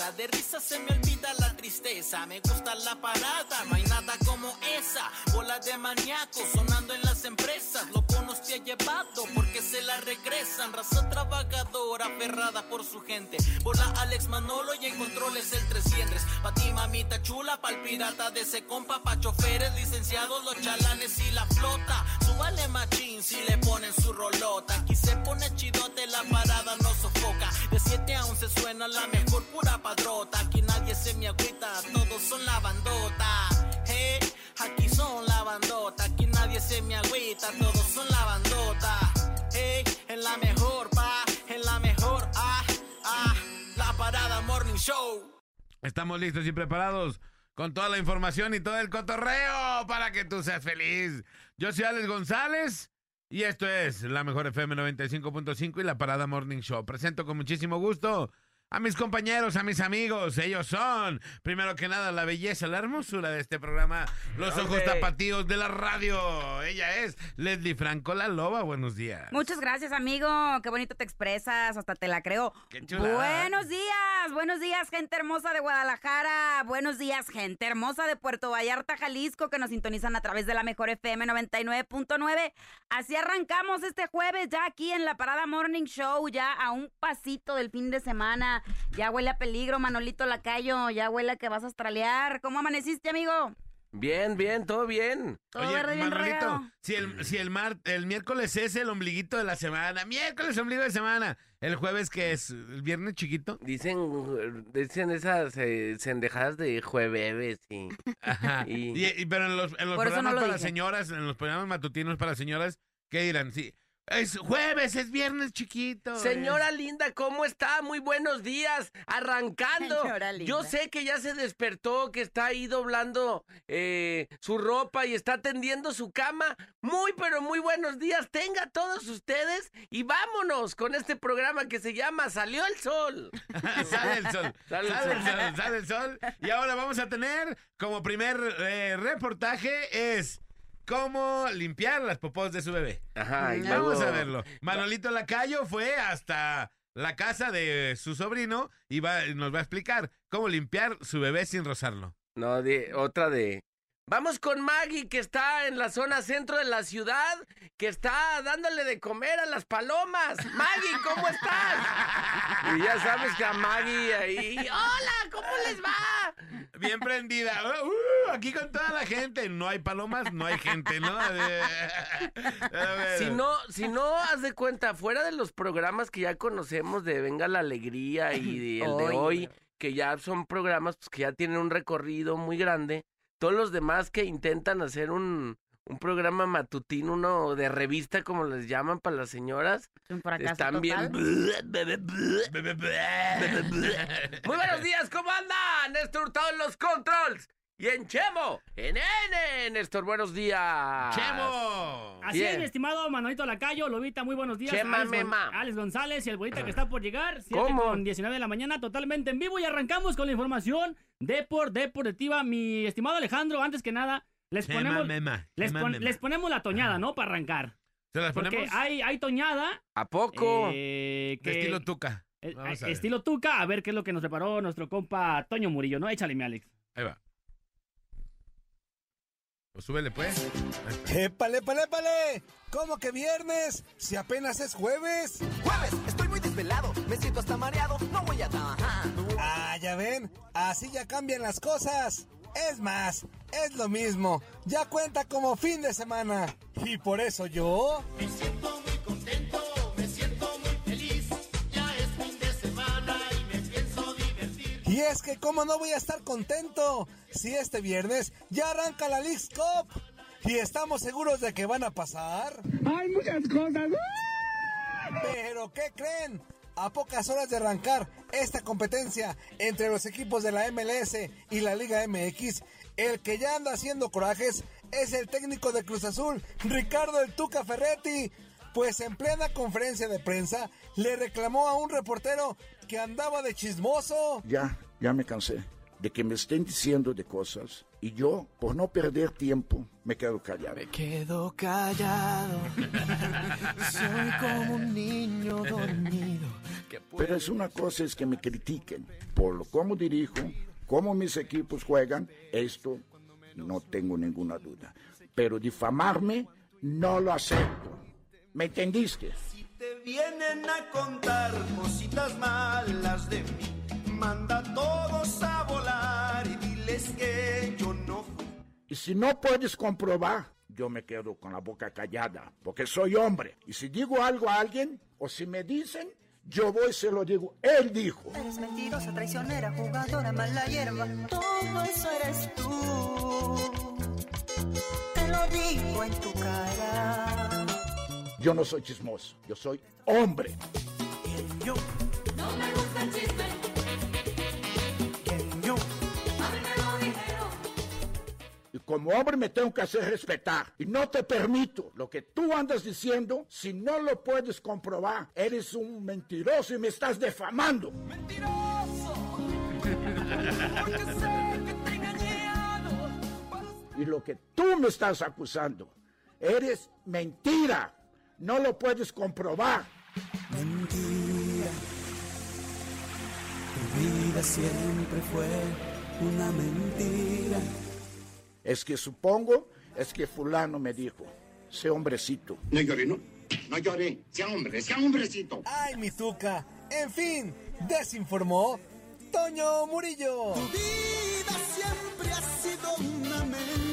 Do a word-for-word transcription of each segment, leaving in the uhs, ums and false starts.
cabeza, de risa se me olvida la tristeza. Me gusta la parada, no hay nada como esa. Bola de maníacos sonando en las empresas. Loco nos te ha llevado porque se la regresan. Raza trabajadora, aferrada por su gente. Bola Alex Manolo y en controles el trescientos. Pa' ti mamita chula, pa'l pirata de ese compa. Pa' choferes, licenciados, los chalanes y la flota. Súbale machín si le ponen su rolota. Aquí se pone chidote, la parada no sofoca. De siete a once suena la mejor pura padrota. Aquí nadie se me agüita, todos son la bandota. Hey, aquí son la bandota. Aquí nadie se me agüita, todos son la bandota. Hey, en la mejor, pa, en la mejor, ah, ah, la parada Morning Show. Estamos listos y preparados con toda la información y todo el cotorreo para que tú seas feliz. Yo soy Alex González y esto es la mejor F M noventa y cinco punto cinco y la Parada Morning Show. Presento con muchísimo gusto a mis compañeros, a mis amigos. Ellos son, primero que nada, la belleza, la hermosura de este programa, los ¡Hombre! ojos tapatíos de la radio. Ella es Leslie Franco, la loba. Buenos días. Muchas gracias, amigo. Qué bonito te expresas, hasta te la creo. Qué chulada. Buenos días, buenos días, gente hermosa de Guadalajara. Buenos días, gente hermosa de Puerto Vallarta, Jalisco, que nos sintonizan a través de la mejor F M noventa y nueve punto nueve. Así arrancamos este jueves ya aquí en la Parada Morning Show, ya a un pasito del fin de semana. Ya huele a peligro, Manolito Lacayo. Ya huele a que vas a australiar. ¿Cómo amaneciste, amigo? Bien, bien, todo bien. Todo Oye, verde, bien Manolito, regado. si el, si el, mar, el miércoles es el ombliguito de la semana, miércoles ombligo de semana, el jueves que es el viernes chiquito. Dicen, dicen esas eh, sendejadas de jueves y... Ajá. Y- Y, y- pero en los, en los Por eso programas no lo para dije. señoras, en los programas matutinos para señoras, ¿qué dirán? Sí, es jueves, es viernes chiquito. Señora es- linda, ¿cómo está? Muy buenos días. Arrancando. Señora linda. Yo sé que ya se despertó, que está ahí doblando eh, su ropa y está tendiendo su cama. Muy, pero muy buenos días. Tenga todos ustedes y vámonos con este programa que se llama Salió el Sol. sale el sol, Sale sale, el el sol. sol, sale el sol. Y ahora vamos a tener como primer eh, reportaje es cómo limpiar las popós de su bebé. Ajá, y Mm, Vamos luego- a verlo. Manolito Lacayo fue hasta la casa de su sobrino y va, nos va a explicar cómo limpiar su bebé sin rozarlo. No, de, otra de... Vamos con Maggie, que está en la zona centro de la ciudad, que está dándole de comer a las palomas. Maggie, ¿cómo estás? Y ya sabes que a Maggie ahí... ¡Hola! ¿Cómo les va? Bien prendida. Uh, aquí con toda la gente. No hay palomas, no hay gente, ¿no? Eh, a ver. Si no, si no, haz de cuenta, fuera de los programas que ya conocemos de Venga la Alegría y el de Oye. hoy, que ya son programas pues, que ya tienen un recorrido muy grande, todos los demás que intentan hacer un, un programa matutino, uno de revista, como les llaman para las señoras, Un fracaso están total. bien... Be, be, be. Muy buenos días, ¿cómo andan? Néstor Hurtado en los controls. Y en Chemo, en N, Néstor, buenos días. ¡Chemo! Así Bien. es, mi estimado Manolito Lacayo, Lobita, muy buenos días. Chema, Alex, Gon- mema. Alex González y el bolita que está por llegar. siete ¿Cómo? con diecinueve de la mañana, totalmente en vivo. Y arrancamos con la información Depor, Deportiva. Mi estimado Alejandro, antes que nada, les Chema, ponemos, mema, les, chema, pon- mema. les ponemos la toñada, ¿no? Para arrancar. ¿Se las Porque ponemos? hay, hay toñada. ¿A poco? eh, De que- estilo tuca. eh, Vamos a eh, ver. estilo Tuca. A ver qué es lo que nos preparó nuestro compa Toño Murillo, ¿no? Échale, mi Alex. Ahí va. Pues súbele, pues. Ahí está. ¡Épale, épale, épale! ¿Cómo que viernes? Si apenas es jueves. Jueves, estoy muy desvelado, me siento hasta mareado, no voy a trabajar. Ah, ya ven, así ya cambian las cosas. Es más, es lo mismo, ya cuenta como fin de semana. Y por eso yo... Me siento muy contento, me siento muy feliz, ya es fin de semana y me pienso divertir. Y es que cómo no voy a estar contento si este viernes ya arranca la Leagues Cup. Y estamos seguros de que van a pasar. Hay muchas cosas. Pero ¿qué creen? A pocas horas de arrancar esta competencia entre los equipos de la M L S y la Liga M X, el que ya anda haciendo corajes es el técnico de Cruz Azul, Ricardo El Tuca Ferretti, pues en plena conferencia de prensa le reclamó a un reportero que andaba de chismoso. Ya, ya me cansé de que me estén diciendo de cosas y yo, por no perder tiempo, me quedo callado. Me quedo callado, soy como un niño dormido. Pero es una cosa es que me critiquen por lo cómo dirijo, cómo mis equipos juegan, esto no tengo ninguna duda. Pero difamarme no lo acepto. ¿Me entendiste? Si te vienen a contar cositas malas de mí, manda a todos a volar y diles que yo no fui. Y si no puedes comprobar, yo me quedo con la boca callada, porque soy hombre. Y si digo algo a alguien, o si me dicen, yo voy y se lo digo. Él dijo. Eres mentirosa, traicionera, jugadora, mala hierba. Todo eso eres tú. Te lo digo en tu cara. Yo no soy chismoso, yo soy hombre. ¿Quién yo? No me gusta el chisme. ¿Quién yo? A mí me lo dijeron. Y como hombre me tengo que hacer respetar. Y no te permito lo que tú andas diciendo. Si no lo puedes comprobar, eres un mentiroso y me estás defamando. ¡Mentiroso! Porque sé que te he engañado. Y lo que tú me estás acusando, eres mentira. No lo puedes comprobar. Mentira. Tu vida siempre fue una mentira. Es que supongo, es que fulano me dijo, sé hombrecito. No llore, no. No llore. Sea hombre, sea hombrecito. Ay, mi tuca. En fin, desinformó Toño Murillo. Tu vida siempre ha sido una mentira.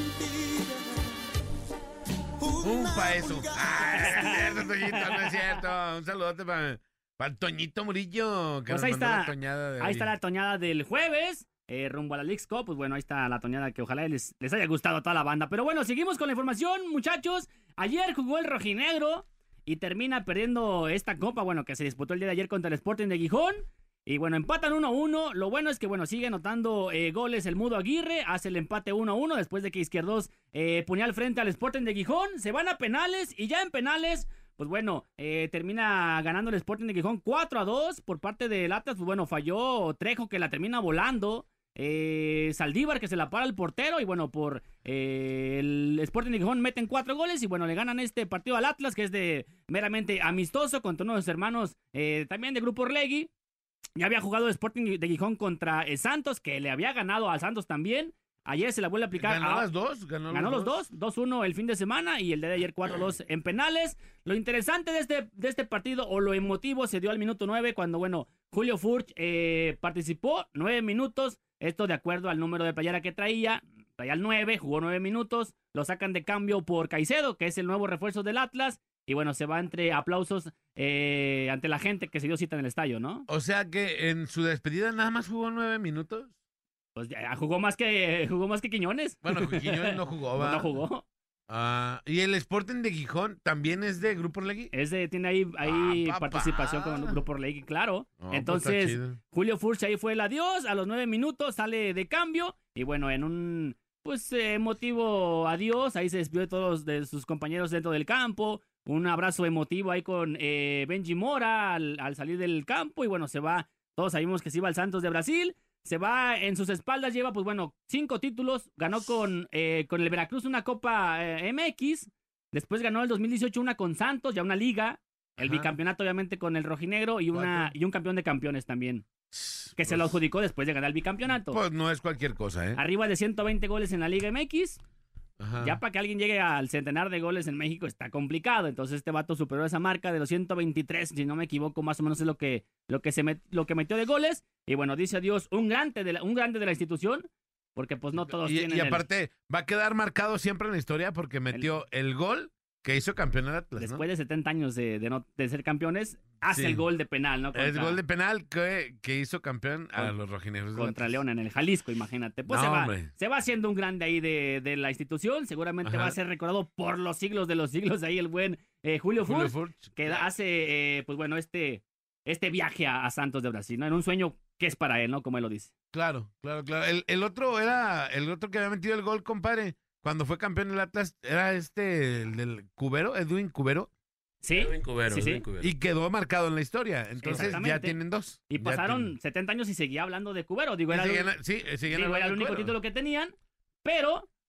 Upa, eso. Ah, no es cierto, Toñito, no es cierto. Un saludote para el Toñito Murillo, que Pues nos ahí mandó está, la toñada de ahí hoy. está la toñada del jueves, eh, rumbo a la Leagues Cup. Pues bueno, ahí está la toñada que ojalá les, les haya gustado a toda la banda. Pero bueno, seguimos con la información, muchachos. Ayer jugó el rojinegro y termina perdiendo esta copa, bueno, que se disputó el día de ayer contra el Sporting de Gijón. Y bueno, empatan uno a uno. Lo bueno es que, bueno, sigue anotando eh, goles el Mudo Aguirre. Hace el empate uno a uno después de que Izquierdos eh, ponía al frente al Sporting de Gijón. Se van a penales y ya en penales, pues bueno, eh, termina ganando el Sporting de Gijón cuatro a dos por parte del Atlas. Pues bueno, falló Trejo, que la termina volando. Eh, Saldívar, que se la para el portero. Y bueno, por eh, el Sporting de Gijón meten cuatro goles. Y bueno, le ganan este partido al Atlas, que es de meramente amistoso contra uno de sus hermanos eh, también de Grupo Orlegui. Ya había jugado el Sporting de Gijón contra el Santos, que le había ganado al Santos también. Ayer se la vuelve a aplicar. ¿Ganó a... las dos? Ganó, Ganó los dos, dos uno el fin de semana y el de ayer cuatro dos en penales. Lo interesante de este, de este partido, o lo emotivo, se dio al minuto nueve cuando, bueno, Julio Furch eh, participó nueve minutos. Esto de acuerdo al número de playera que traía. Traía el nueve, jugó nueve minutos. Lo sacan de cambio por Caicedo, que es el nuevo refuerzo del Atlas. Y bueno, se va entre aplausos eh, ante la gente que se dio cita en el estadio, ¿no? O sea que en su despedida nada más jugó nueve minutos. Pues ya jugó más que jugó más que Quiñones. Bueno, Quiñones no jugó, ¿va? No jugó. Ah, ¿y el Sporting de Gijón también es de Grupo Orlegui? Es de, tiene ahí, ahí Ah, papá. participación con el Grupo Orlegui, claro. No, pues Entonces, está chido. Julio Furch ahí fue el adiós. A los nueve minutos sale de cambio. Y bueno, en un pues eh, emotivo adiós, ahí se despidió de todos de sus compañeros dentro del campo. Un abrazo emotivo ahí con eh, Benji Mora al, al salir del campo. Y bueno, se va, todos sabemos que se iba al Santos de Brasil. Se va en sus espaldas, lleva pues bueno, cinco títulos. Ganó con, eh, con el Veracruz una Copa eh, M X. Después ganó el dos mil dieciocho una con Santos, ya una liga. El Ajá. bicampeonato obviamente con el rojinegro y, una, y un campeón de campeones también. Que se lo adjudicó después de ganar el bicampeonato. Pues no es cualquier cosa, ¿eh? Arriba de ciento veinte goles en la Liga M X. Ajá. Ya para que alguien llegue al centenar de goles en México está complicado. Entonces este vato superó esa marca de los ciento veintitrés, si no me equivoco, más o menos es lo que, lo que, se met, lo que metió de goles. Y bueno, dice adiós un grande de la, un grande de la institución, porque pues no todos Y, tienen y el- aparte, va a quedar marcado siempre en la historia porque metió el, gol que hizo campeón al Atlas, ¿no? después de setenta años de, de, no, de ser campeones, hace Sí. el gol de penal, ¿no? Es gol de penal que, que hizo campeón a Con- los rojinegros. del Contra Atlas. León en el Jalisco, imagínate. Pues No, se, va, hombre. se va haciendo un grande ahí de, de la institución. Seguramente Ajá. va a ser recordado por los siglos de los siglos ahí el buen eh, Julio, Julio Furch, Furch. que da- hace, eh, pues bueno, este, este viaje a, a Santos de Brasil, ¿no? En un sueño que es para él, ¿no? Como él lo dice. Claro, claro, claro. El, el otro era, el otro que había metido el gol, compadre, cuando fue campeón del Atlas, era este, el del Cubero, Edwin Cubero, Sí, Edwin Cubero, sí, sí. Edwin Cubero. y quedó marcado en la historia. Entonces ya Exactamente. tienen dos. Y Ya pasaron tienen. setenta años y seguía hablando de Cubero. Digo, Sí, era, seguían- el- sí, seguían digo, era hablando el de único Cubero. título que tenían, pero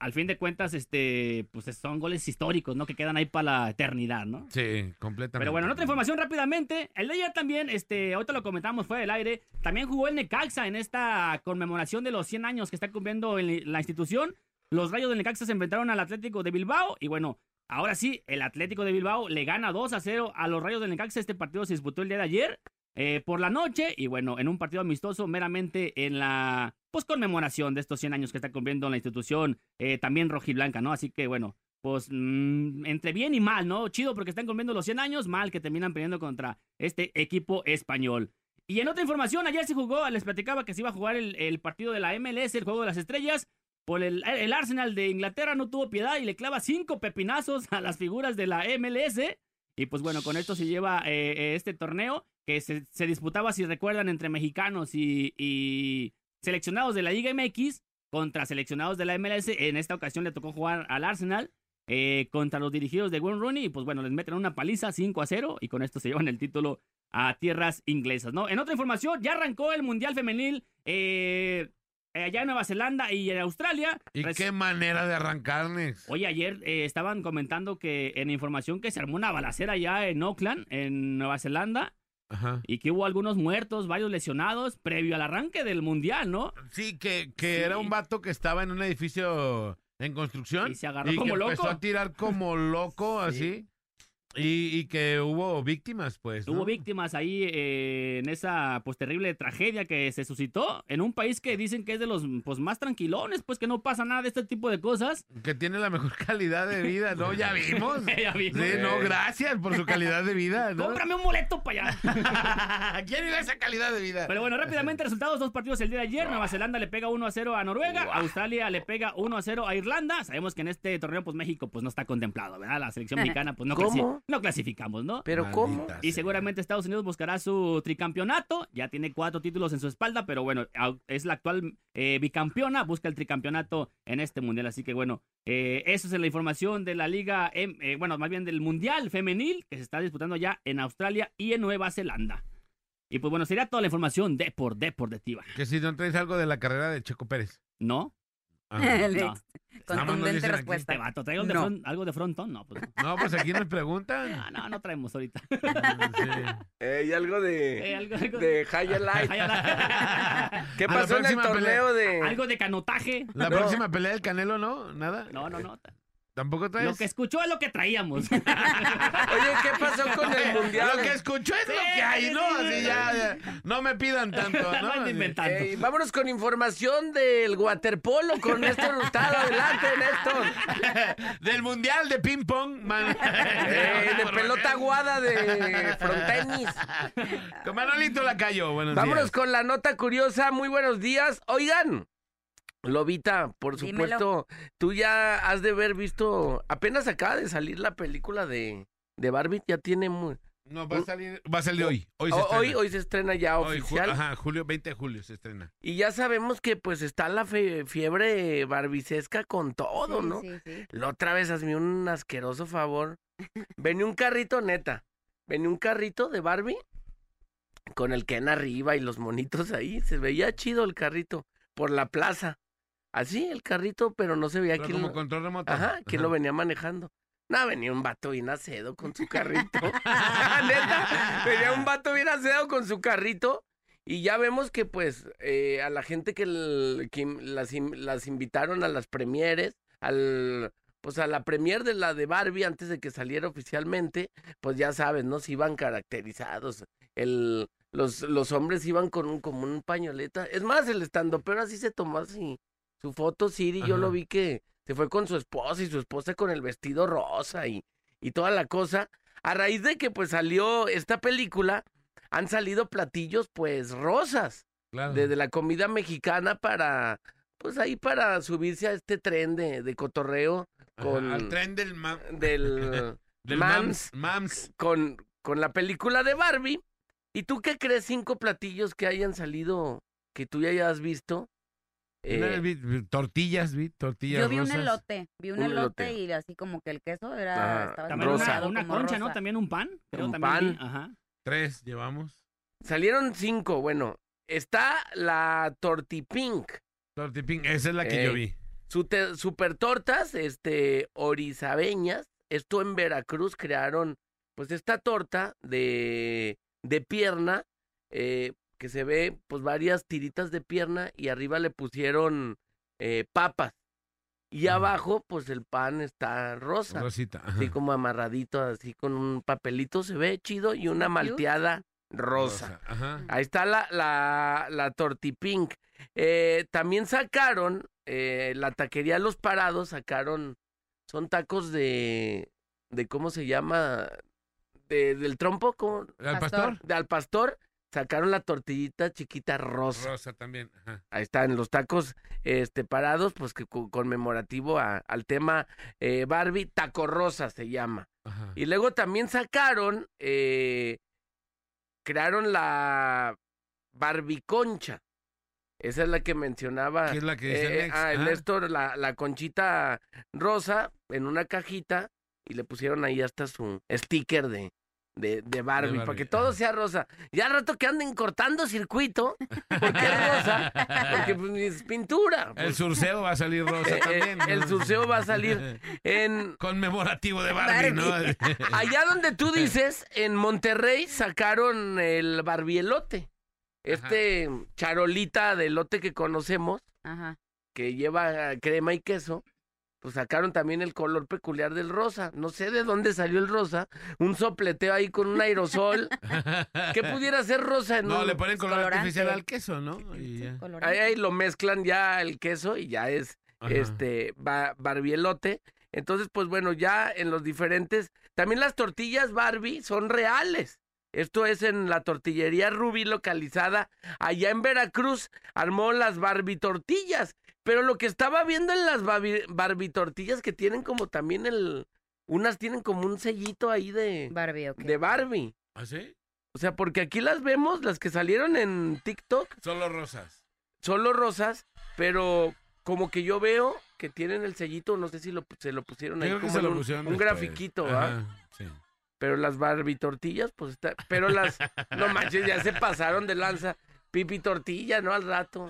al fin de cuentas, este, pues son goles históricos, ¿no? Que quedan ahí para la eternidad, ¿no? Sí, completamente. Pero bueno, en otra información rápidamente, el de ayer también, este, ahorita lo comentamos fuera del aire, también jugó el Necaxa en esta conmemoración de los cien años que está cumpliendo en la institución. Los Rayos del Necaxa se enfrentaron al Atlético de Bilbao y bueno, ahora sí, el Atlético de Bilbao le gana dos a cero a los Rayos del Necaxa. Este partido se disputó el día de ayer. Eh, por la noche, y bueno, en un partido amistoso meramente en la pues conmemoración de estos cien años que está cumpliendo la institución, eh, también rojiblanca, ¿no? Así que bueno, pues mmm, entre bien y mal, ¿no? Chido porque están cumpliendo los cien años, mal que terminan perdiendo contra este equipo español. Y en otra información, ayer se jugó, les platicaba que se iba a jugar el, el partido de la M L S, el Juego de las Estrellas. Por el, el Arsenal de Inglaterra no tuvo piedad y le clava cinco pepinazos a las figuras de la M L S. Y pues bueno, con esto se lleva eh, este torneo que se, se disputaba, si recuerdan, entre mexicanos y, y seleccionados de la Liga M X contra seleccionados de la M L S. En esta ocasión le tocó jugar al Arsenal eh, contra los dirigidos de Wayne Rooney. Y pues bueno, les meten una paliza cinco a cero y con esto se llevan el título a tierras inglesas, ¿no? En otra información, ya arrancó el Mundial Femenil eh, allá en Nueva Zelanda y en Australia. ¿Y Res- qué manera de arrancarles? Oye, ayer eh, estaban comentando que en información que se armó una balacera allá en Auckland, en Nueva Zelanda, Ajá. y que hubo algunos muertos, varios lesionados, previo al arranque del Mundial, ¿no? Sí, que, que Sí. era un vato que estaba en un edificio en construcción. Y se agarró y como que loco. empezó a tirar como loco, así. Y, y que hubo víctimas, pues, ¿no? Hubo víctimas ahí eh, en esa pues terrible tragedia que se suscitó en un país que dicen que es de los pues más tranquilones, pues que no pasa nada de este tipo de cosas. Que tiene la mejor calidad de vida, ¿no? ¿Ya vimos? Ya vimos. Sí, no, gracias por su calidad de vida, ¿no? ¡Cómprame un boleto para allá! ¿Quién vive esa calidad de vida? Pero bueno, rápidamente resultados, dos partidos el día de ayer. Nueva Zelanda le pega uno a cero a Noruega, Australia le pega uno a cero a Irlanda. Sabemos que en este torneo pues México pues no está contemplado, ¿verdad? La selección mexicana pues no, ¿Cómo? clasi- no clasificamos, ¿no? ¿Pero Maldita cómo? sea. Y seguramente Estados Unidos buscará su tricampeonato. Ya tiene cuatro títulos en su espalda, pero bueno, au- es la actual eh, bicampeona. Busca el tricampeonato en este mundial. Así que bueno, eh, eso es la información de la liga, em- eh, bueno, más bien del mundial femenil que se está disputando ya en Australia y en Nueva Zelanda. Y pues bueno, sería toda la información de por deportiva. Que si no traes algo de la carrera de Checo Pérez. ¿No? Ah. El No. ex- Nada más nos contundente dicen aquí. respuesta. Este vato, ¿traigo de No. front- algo de frontón? No, pues no. No, pues aquí nos preguntan. No, no, no traemos ahorita. Sí. Eh, y algo de, Eh, algo, algo, de High Light. Ay, ala- ¿Qué A la pasó en el próxima torneo de...? algo de canotaje. La No. próxima pelea del Canelo, ¿no? ¿Nada? No, no, no. ¿Tampoco traes? Lo que escuchó es lo que traíamos. Oye, ¿qué pasó con el mundial? Lo que escuchó es lo Sí, que hay, ¿no? sí, Así sí. ya, ya. No me pidan tanto, No ¿no? ando inventando. Eh, vámonos con información del waterpolo con Néstor Hurtado. Adelante, Néstor. Del mundial de ping pong, man. Eh, de pelota aguada de frontenis. Con Manolito Lacayo, buenos Vámonos días. con la nota curiosa. Muy buenos días. Oigan, Lobita, por Dímelo. supuesto, tú ya has de haber visto, apenas acaba de salir la película de, de Barbie, ya tiene muy... No, va a salir, va a salir hoy. Hoy se Oh, estrena. hoy, hoy se estrena ya Hoy, ju- oficial. Ajá, julio, veinte de julio se estrena. Y ya sabemos que pues está la fe- fiebre barbicesca con todo, Sí, ¿no? sí, sí. La otra vez hazme un asqueroso favor. Venía un carrito, neta. Venía un carrito de Barbie con el Ken arriba y los monitos ahí. Se veía chido el carrito por la plaza. Así, el carrito, pero no se veía Pero quién como lo... control remoto. Ajá, quién lo venía manejando. No, venía un vato bien acedo con su carrito. Neta, venía un vato bien acedo con su carrito. Y ya vemos que, pues, eh, a la gente que, el- que las, in- las invitaron a las premieres, al, pues a la premier de la de Barbie antes de que saliera oficialmente, pues ya sabes, ¿no? Se iban caracterizados. El, los, los hombres iban con un, como un pañoleta. Es más, el estandopero así se tomó así su foto, Siri, yo Ajá. lo vi que se fue con su esposa y su esposa con el vestido rosa y, y toda la cosa. A raíz de que pues salió esta película, han salido platillos pues rosas Claro. desde la comida mexicana para, pues ahí para subirse a este tren de, de cotorreo Ajá, con al tren del, ma- del del Mams. Mams. Mams. con, con la película de Barbie. ¿Y tú qué crees cinco platillos que hayan salido que tú ya hayas visto? Eh, Una- vi- vi- tortillas, vi, tortillas Yo vi un rosas. elote, vi un, Un elote, elote. y así como que el queso era, Ajá. estaba También Rosa. una, esmaltado una como concha, ¿no? rosa. También un pan. Creo Un también pan. vi, Ajá. Tres llevamos. Salieron cinco. Bueno, está la tortipink. Tortipín, esa es la que Ey. yo vi. Sute- super tortas, este, orizabeñas. Esto en Veracruz crearon, pues, esta torta de, de pierna, eh, que se ve, pues, varias tiritas de pierna y arriba le pusieron eh, papas. Y Ajá. abajo, pues, el pan está rosa. Rosita. Ajá. Así como amarradito, así con un papelito, se ve chido y una cute. malteada rosa. Ajá. Ahí está la, la, la tortipink. Eh, también sacaron, eh, la taquería Los Parados, sacaron, son tacos de, de ¿cómo se llama? De, del trompo, ¿cómo? ¿Al Pastor. pastor? De al pastor, sacaron la tortillita chiquita rosa. Rosa también. Ajá. Ahí están los tacos este, parados, pues que co- conmemorativo a- al tema eh, Barbie, taco rosa se llama. Ajá. Y luego también sacaron, eh, crearon la barbiconcha. Esa es la que mencionaba. ¿Qué es la que dice eh, Alex? ah, el Ah. Néstor, la, la conchita rosa en una cajita y le pusieron ahí hasta su sticker de, de, de Barbie, Barbie, para que todo ajá. sea rosa. Ya al rato que anden cortando circuito, porque es rosa, porque pues es pintura. El pues. surceo va a salir rosa Eh, también. eh, el ¿no? surceo va a salir en... Conmemorativo de Barbie, ¿no? Allá donde tú dices, en Monterrey sacaron el barbielote. Este charolita de elote que conocemos, Ajá. que lleva crema y queso, pues sacaron también el color peculiar del rosa. No sé de dónde salió el rosa. Un sopleteo ahí con un aerosol. ¿Qué pudiera ser rosa? En No, un- le ponen color colorante. artificial al queso, ¿no? Y ya. Colorante. Ahí, ahí lo mezclan ya el queso y ya es Ajá. este ba- barbielote. Entonces, pues bueno, ya en los diferentes... También las tortillas Barbie son reales. Esto es en la tortillería Rubí, localizada allá en Veracruz. Armó las Barbie tortillas. Pero lo que estaba viendo en las Barbie, Barbie tortillas, que tienen como también el... Unas tienen como un sellito ahí de, Barbie, ok. de Barbie. ¿Ah, sí? O sea, porque aquí las vemos, las que salieron en TikTok, Solo rosas. solo rosas, pero como que yo veo que tienen el sellito, no sé si lo, se lo pusieron Yo ahí creo que como se en lo un, pusieron un después. grafiquito, ¿ah? Ajá, sí. Pero las Barbie tortillas, pues está, pero las, no manches, ya se pasaron de lanza. Pipi tortilla, ¿no? Al rato.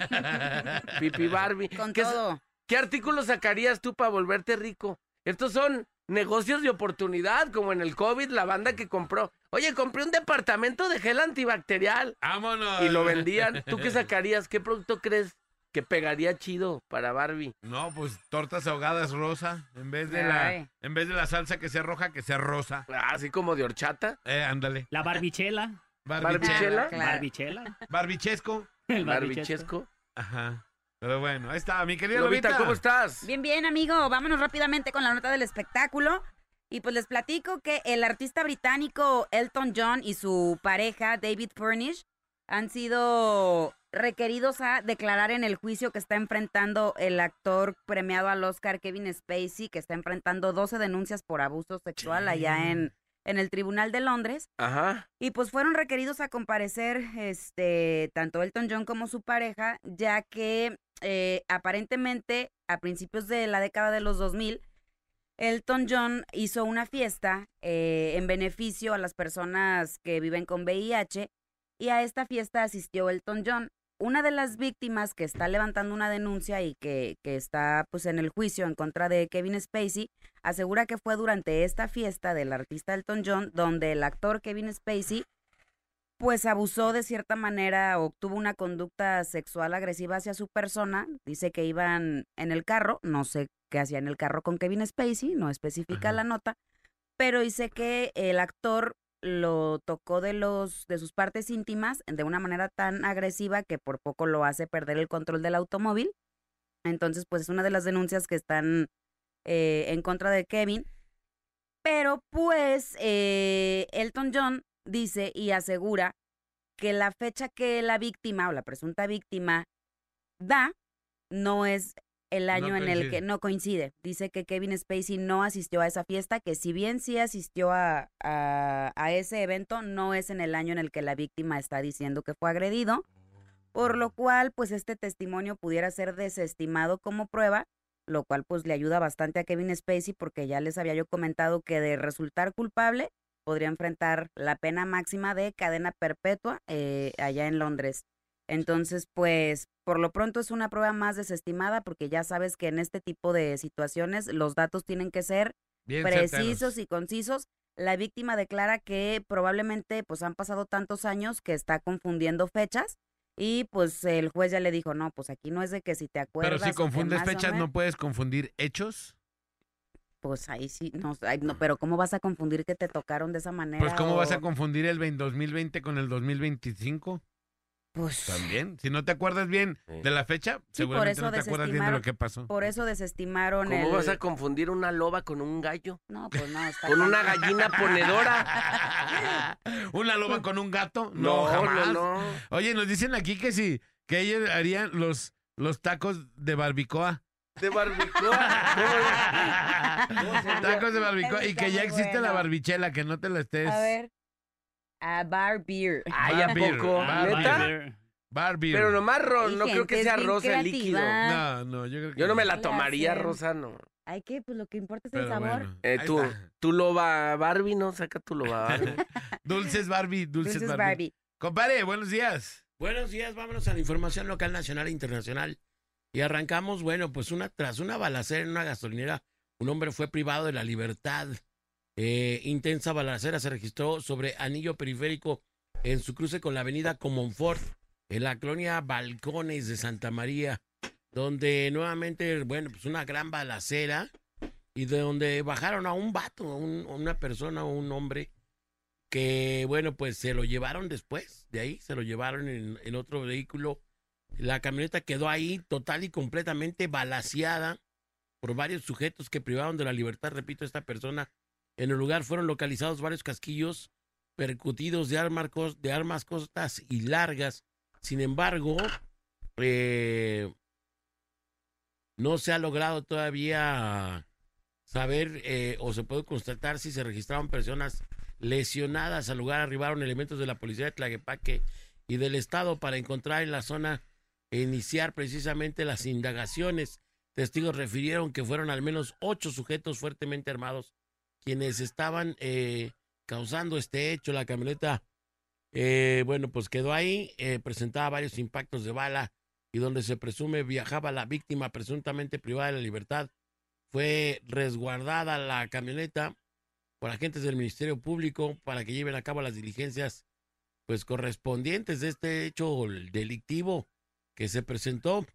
Pipi Barbie. Con ¿Qué, todo. ¿Qué artículo sacarías tú para volverte rico? Estos son negocios de oportunidad, como en el COVID, la banda que compró. Oye, compré un departamento de gel antibacterial. ¡Vámonos! Y lo vendían. ¿Tú qué sacarías? ¿Qué producto crees que pegaría chido para Barbie? No, pues tortas ahogadas rosa. En vez de la, Ay. en vez de la salsa que sea roja, que sea rosa. Ah, así como de horchata. Eh, ándale. La barbichela. ¿Barbichela? Ah, claro. Barbichela. Barbichesco. El Barbichesco. Ajá. Pero bueno, ahí está, mi querida Lobita, Lobita. ¿cómo estás? Bien, bien, amigo. Vámonos rápidamente con la nota del espectáculo. Y pues les platico que el artista británico Elton John y su pareja David Furnish han sido requeridos a declarar en el juicio que está enfrentando el actor premiado al Oscar Kevin Spacey, que está enfrentando doce denuncias por abuso sexual allá en, en el Tribunal de Londres. Ajá. Y pues fueron requeridos a comparecer este tanto Elton John como su pareja, ya que eh, aparentemente a principios de la década de los dos mil, Elton John hizo una fiesta eh, en beneficio a las personas que viven con V I H y a esta fiesta asistió Elton John. Una de las víctimas que está levantando una denuncia y que, que está pues en el juicio en contra de Kevin Spacey asegura que fue durante esta fiesta del artista Elton John donde el actor Kevin Spacey pues abusó de cierta manera o tuvo una conducta sexual agresiva hacia su persona. Dice que iban en el carro, no sé qué hacía en el carro con Kevin Spacey, no especifica Ajá. la nota, pero dice que el actor lo tocó de los de sus partes íntimas de una manera tan agresiva que por poco lo hace perder el control del automóvil. Entonces, pues es una de las denuncias que están eh, en contra de Kevin. Pero pues eh, Elton John dice y asegura que la fecha que la víctima o la presunta víctima da no es el año No en el coincide. que no coincide. Dice que Kevin Spacey no asistió a esa fiesta, que si bien sí asistió a, a, a ese evento, no es en el año en el que la víctima está diciendo que fue agredido, por lo cual pues este testimonio pudiera ser desestimado como prueba, lo cual pues le ayuda bastante a Kevin Spacey porque ya les había yo comentado que de resultar culpable podría enfrentar la pena máxima de cadena perpetua eh, allá en Londres. Entonces, pues, por lo pronto es una prueba más desestimada porque ya sabes que en este tipo de situaciones los datos tienen que ser Bien precisos certeros. y concisos. La víctima declara que probablemente pues han pasado tantos años que está confundiendo fechas y pues el juez ya le dijo, no, pues aquí no es de que si te acuerdas. Pero si o que confundes más o fechas, menos, ¿no puedes confundir hechos? pues ahí sí, no, ay, no, pero ¿cómo vas a confundir que te tocaron de esa manera? Pues, ¿cómo vas a o- confundir el vein- dos mil veinte con el dos mil veinticinco? Pues También. Si no te acuerdas bien Sí. de la fecha, Sí, por seguramente eso no te acuerdas bien de lo desestimaron- que pasó. por eso desestimaron el... ¿Cómo vas a confundir una loba con un gallo? No, pues no, está ¿Con una cañón. gallina ponedora? ¿Una loba con un gato? No, No, jamás. no, no. Oye, nos dicen aquí que sí, que ellos harían los, los tacos de barbacoa. De barbacoa. ¿Cómo sería? Tacos de barbacoa. Eso Y que está ya muy existe la bueno. barbichela, que no te la estés. A ver. A bar beer. Ay, ¿a Bar beer, poco? bar ¿Neta? beer. Barbie. Pero nomás ro- Hay no creo que gente, sea es bien rosa el líquido. creativa. No, no, yo creo que Yo no me no. la Le tomaría hacen- rosa, no. Ay, que pues lo que importa es el Pero sabor. bueno, Eh, ahí tú, está. tú loba Barbie, ¿no? Saca tu loba Barbie. Dulces Barbie, dulces, Dulces Barbie. Barbie. Compadre, buenos días. Buenos días, vámonos a la información local, nacional e internacional. Y arrancamos, bueno, pues una tras una balacera en una gasolinera, un hombre fue privado de la libertad. Eh, intensa balacera se registró sobre Anillo Periférico en su cruce con la avenida Comonfort, en la colonia Balcones de Santa María, donde nuevamente, bueno, pues una gran balacera y de donde bajaron a un vato, a un- a una persona, a un hombre, que, bueno, pues se lo llevaron después, de ahí se lo llevaron en, en otro vehículo. La camioneta quedó ahí total y completamente balaceada por varios sujetos que privaron de la libertad, repito, esta persona. En el lugar fueron localizados varios casquillos percutidos de armas, cos- de armas cortas y largas. Sin embargo, eh, no se ha logrado todavía saber eh, o se puede constatar si se registraron personas lesionadas. Al lugar arribaron elementos de la policía de Tlaquepaque y del estado para encontrar en la zona e iniciar precisamente las indagaciones. Testigos refirieron que fueron al menos ocho sujetos fuertemente armados quienes estaban eh, causando este hecho. La camioneta, eh, bueno, pues quedó ahí, eh, presentaba varios impactos de bala y donde se presume viajaba la víctima presuntamente privada de la libertad. Fue resguardada la camioneta por agentes del Ministerio Público para que lleven a cabo las diligencias pues correspondientes de este hecho delictivo que se presentó.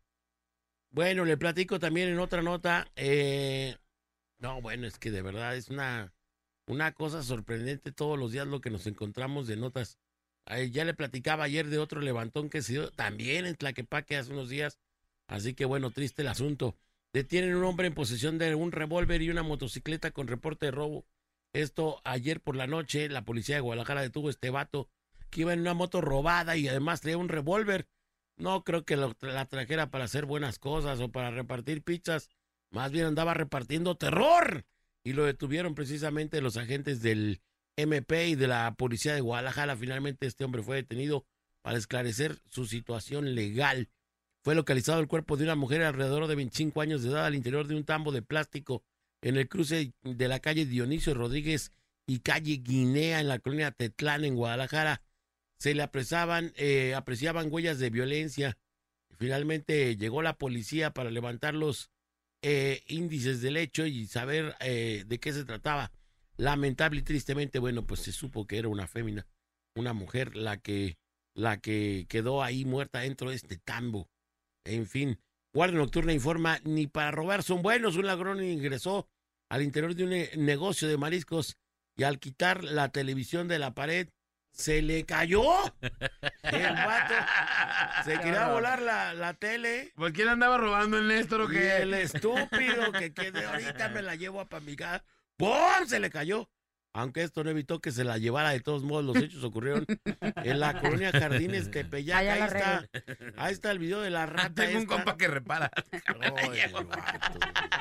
Bueno, le platico también en otra nota, eh, no, bueno, es que de verdad es una, una cosa sorprendente todos los días lo que nos encontramos de notas. Ay, ya le platicaba ayer de otro levantón que se dio también en Tlaquepaque hace unos días, así que bueno, triste el asunto. Detienen un hombre en posesión de un revólver y una motocicleta con reporte de robo. Esto ayer por la noche, la policía de Guadalajara detuvo a este vato que iba en una moto robada y además traía un revólver. No creo que lo, la trajera para hacer buenas cosas o para repartir pizzas. Más bien andaba repartiendo terror. Y lo detuvieron precisamente los agentes del M P y de la policía de Guadalajara. Finalmente este hombre fue detenido para esclarecer su situación legal. Fue localizado el cuerpo de una mujer alrededor de veinticinco años de edad al interior de un tambo de plástico en el cruce de la calle Dionisio Rodríguez y calle Guinea en la colonia Tetlán en Guadalajara. Se le apresaban, eh, apreciaban huellas de violencia. Finalmente llegó la policía para levantar los eh, índices del hecho y saber eh, de qué se trataba. Lamentable y tristemente, bueno, pues se supo que era una fémina, una mujer la que, la que quedó ahí muerta dentro de este tambo. En fin, Guardia Nocturna informa, ni para robar son buenos. Un ladrón ingresó al interior de un ne- negocio de mariscos y al quitar la televisión de la pared, se le cayó. El vato se quería volar la, la tele. ¿Por quién andaba robando el Néstor o Y qué? el estúpido que, que de ahorita me la llevo a pa' mi casa. ¡Pum! Se le cayó. Aunque esto no evitó que se la llevara, de todos modos los hechos ocurrieron en la colonia Jardines Tepeyac. Allá Ahí la está, ahí está el video de la rata. Tengo un esta. compa que repara. Ay, el vato.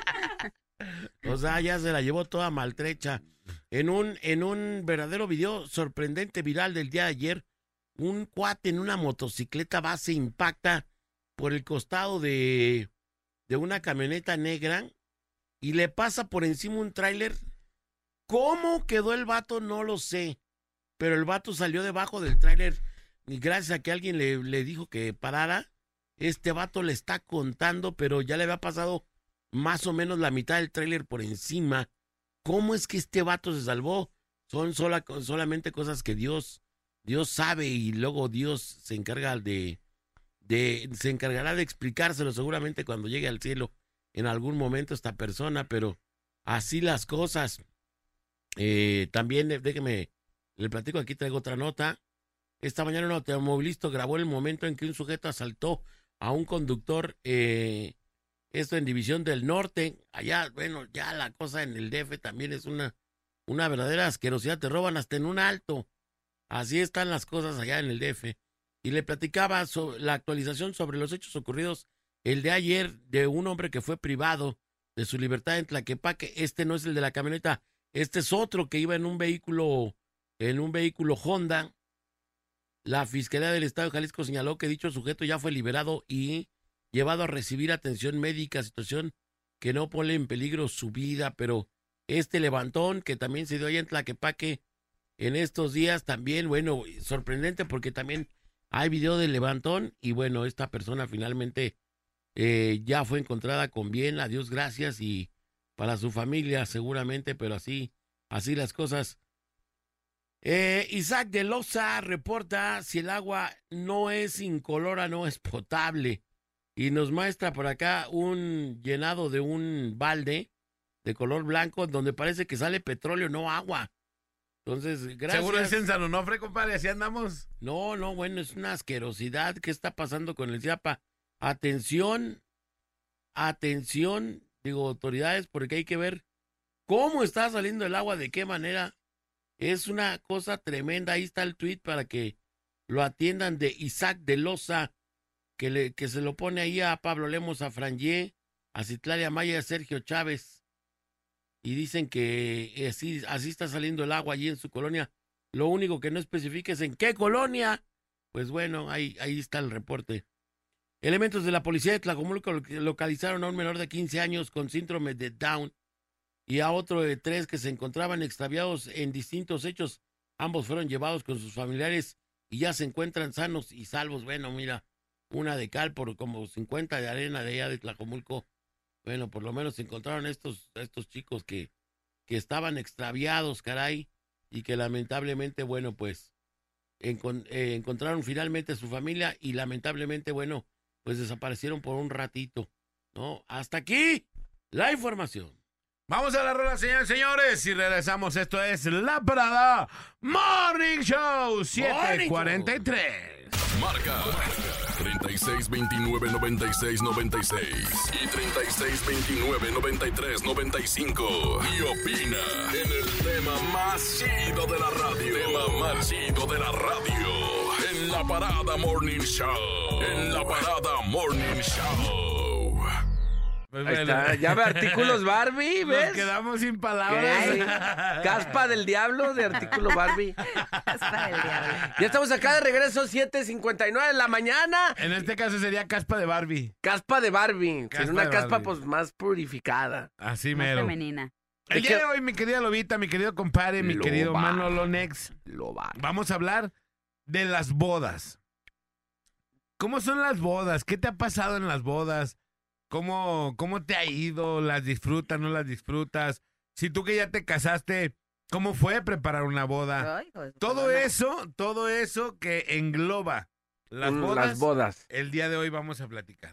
O sea, ya se la llevó toda maltrecha. En un, en un verdadero video sorprendente viral del día de ayer, un cuate en una motocicleta va, se impacta por el costado de, de una camioneta negra y le pasa por encima un tráiler. ¿Cómo quedó el vato? No lo sé. Pero el vato salió debajo del tráiler. y gracias a que alguien le, le dijo que parara, este vato le está contando, pero ya le había pasado más o menos la mitad del tráiler por encima. ¿Cómo es que este vato se salvó? Son sola, solamente cosas que Dios, Dios sabe y luego Dios se encarga de, de, se encargará de explicárselo seguramente cuando llegue al cielo en algún momento esta persona, pero así las cosas. Eh, también, eh, déjeme, le platico, aquí traigo otra nota. Esta mañana un automovilista grabó el momento en que un sujeto asaltó a un conductor, eh, esto en División del Norte. Allá, bueno, ya la cosa en el D F también es una, una verdadera asquerosidad, te roban hasta en un alto. Así están las cosas allá en el D F. Y le platicaba sobre la actualización sobre los hechos ocurridos el de ayer de un hombre que fue privado de su libertad en Tlaquepaque. Este no es el de la camioneta, este es otro que iba en un vehículo, en un vehículo Honda. La Fiscalía del Estado de Jalisco señaló que dicho sujeto ya fue liberado y llevado a recibir atención médica, situación que no pone en peligro su vida, pero este levantón que también se dio allá en Tlaquepaque en estos días también, bueno, sorprendente porque también hay video del levantón y bueno, esta persona finalmente eh, ya fue encontrada con bien, a Dios gracias, y para su familia seguramente, pero así, así las cosas. Eh, Isaac de Loza reporta si el agua no es incolora, no es potable. Y nos muestra por acá un llenado de un balde de color blanco donde parece que sale petróleo, no agua. Entonces, gracias. ¿Seguro es en San Onofre, compadre? ¿Así andamos? No, no, bueno, es una asquerosidad. ¿Qué está pasando con el Ciapa? Atención, atención, digo, autoridades, porque hay que ver cómo está saliendo el agua, de qué manera. Es una cosa tremenda. Ahí está el tweet para que lo atiendan de Isaac de Loza, que, le, que se lo pone ahí a Pablo Lemos, a Frangé, a Citlaria Maya y a Sergio Chávez. Y dicen que así, así está saliendo el agua allí en su colonia. Lo único que no especifica es en qué colonia. Pues bueno, ahí, ahí está el reporte. Elementos de la policía de Tlajomulco localizaron a un menor de quince años con síndrome de Down y a otro de tres que se encontraban extraviados en distintos hechos. Ambos fueron llevados con sus familiares y ya se encuentran sanos y salvos. Bueno, mira, una de cal por como cincuenta de arena de allá de Tlajomulco. Bueno, por lo menos se encontraron estos, estos chicos que, que estaban extraviados, caray, y que lamentablemente, bueno, pues encon, eh, encontraron finalmente a su familia y lamentablemente, bueno, pues desaparecieron por un ratito, ¿no? Hasta aquí la información. Vamos a la rola, señores y señores, y regresamos. Esto es La Parada Morning Show siete cuarenta y tres. Marca treinta y seis veintinueve noventa y seis noventa y seis y treinta y seis veintinueve noventa y tres noventa y cinco y opina en el tema más chido de la radio. Tema más chido de la radio en La Parada Morning Show. En La Parada Morning Show. Ahí está, ya ve artículos Barbie, ¿ves? Nos quedamos sin palabras. ¿Qué? Caspa del diablo de artículo Barbie. Caspa del diablo. Ya estamos acá de regreso, siete cincuenta y nueve de la mañana. En este caso sería caspa de Barbie. Caspa de Barbie. Caspa es una de caspa Barbie. pues más purificada. Así Más mero. femenina. El día de hoy, mi querida Lobita, mi querido compadre, mi Loba. querido Manolo Nex, Loba. vamos a hablar de las bodas. ¿Cómo son las bodas? ¿Qué te ha pasado en las bodas? ¿Cómo, cómo te ha ido? ¿Las disfrutas, no las disfrutas? Si tú que ya te casaste, ¿cómo fue preparar una boda? Ay, hijo de su Todo madre. eso, todo eso que engloba las Mm, bodas, Las bodas. el día de hoy vamos a platicar.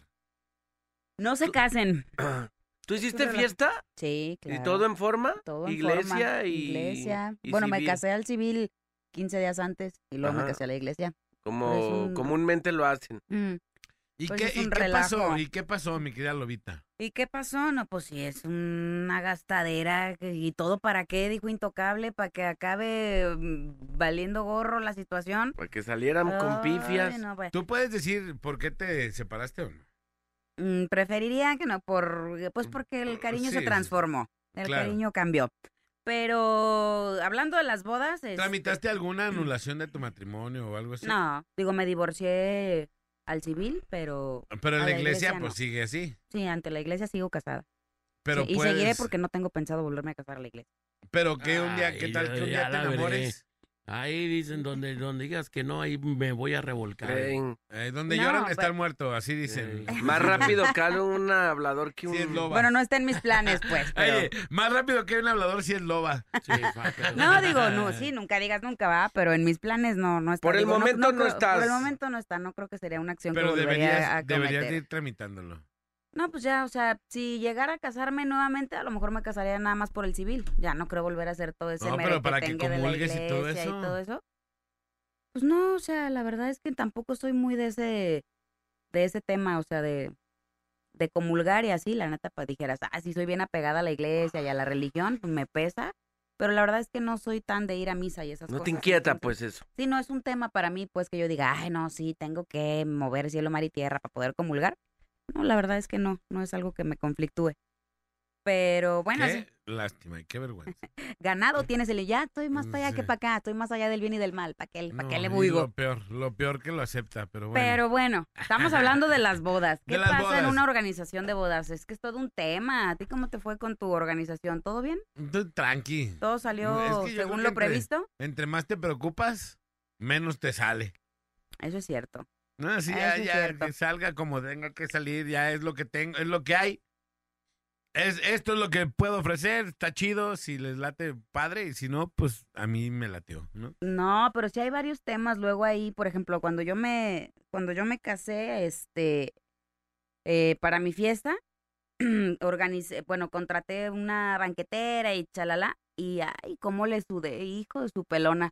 No se casen. ¿Tú hiciste fiesta? Sí, claro. ¿Y todo en forma? Todo en Iglesia forma. y... Iglesia. y Bueno, me civil. casé al civil quince días antes y luego Ajá. me casé a la iglesia. Como Es un- comúnmente lo hacen. Mm. ¿Y, Pues qué, es y un qué pasó? relajo. ¿Y qué pasó, mi querida Lobita? ¿Y qué pasó? No, pues sí, es una gastadera. que- ¿Y todo para qué? Dijo Intocable, para que acabe mm, valiendo gorro la situación. Para que salieran con Ay, pifias. no, pues, ¿Tú puedes decir por qué te separaste o no? mm, preferiría que no, por, pues porque el cariño Sí, se sí. transformó. El Claro. cariño cambió. Pero hablando de las bodas... este, ¿Tramitaste alguna anulación de tu matrimonio o algo así? No, digo, me divorcié al civil, pero... Pero en a la la iglesia, iglesia pues no. sigue así. Sí, ante la iglesia sigo casada. Pero Sí, y puedes- seguiré porque no tengo pensado volverme a casar a la iglesia. Pero que un día, ¿qué Ay, tal que un ya día te la veré. enamores? Ahí dicen, donde, donde digas que no, ahí me voy a revolcar. Creen. Eh, donde No, lloran pero- estar muerto, así dicen. Eh, Más rápido cale un hablador que un... Sí, es loba. Bueno, no está en mis planes, pues. Pero... Oye, más rápido que un hablador si es loba. Sí, fa- pero- No, digo, no, sí, nunca digas nunca va, pero en mis planes no, no está. Por el Digo, momento no creo- estás. Por el momento no está, no creo que sería una acción Pero que volvería deberías, a deberías cometer. de ir tramitándolo. No, pues ya, o sea, si llegara a casarme nuevamente, a lo mejor me casaría nada más por el civil. Ya no creo volver a hacer todo ese No, pero para que merequetengue de la comulgues y todo iglesia eso. y todo eso. Pues no, o sea, la verdad es que tampoco soy muy de ese, de ese tema, o sea, de, de comulgar y así, la neta, pues dijeras, ah, sí soy bien apegada a la iglesia y a la religión, pues me pesa, pero la verdad es que no soy tan de ir a misa y esas No cosas. te inquieta, entonces, pues, eso. Sí, no es un tema para mí, pues, que yo diga, ay, no, sí, tengo que mover cielo, mar y tierra para poder comulgar. No, la verdad es que no, no es algo que me conflictúe. Pero bueno, sí, Qué lástima y qué vergüenza. ganado tienes el, ya estoy más para allá Sí. que para acá, estoy más allá del bien y del mal, ¿para qué, pa' No, qué le y buigo? Lo peor, lo peor que lo acepta, pero bueno. Pero bueno, estamos hablando de las bodas. ¿Qué De las pasa en bodas. una organización de bodas? Es que es todo un tema. ¿A ti cómo te fue con tu organización? ¿Todo bien? Tú tranqui. ¿Todo salió Es que yo según creo lo que entre- previsto? Entre más te preocupas, menos te sale. Eso es cierto. No, así Eso ya, es ya, cierto. que salga como tenga que salir, ya es lo que tengo, es lo que hay. Es, esto es lo que puedo ofrecer, está chido, si les late, padre, y si no, pues a mí me lateó, ¿no? No, pero sí hay varios temas luego ahí, por ejemplo, cuando yo me, cuando yo me casé, este, eh, para mi fiesta, organicé, bueno, contraté una banquetera y chalala, y ay, cómo le sudé, hijo de su pelona.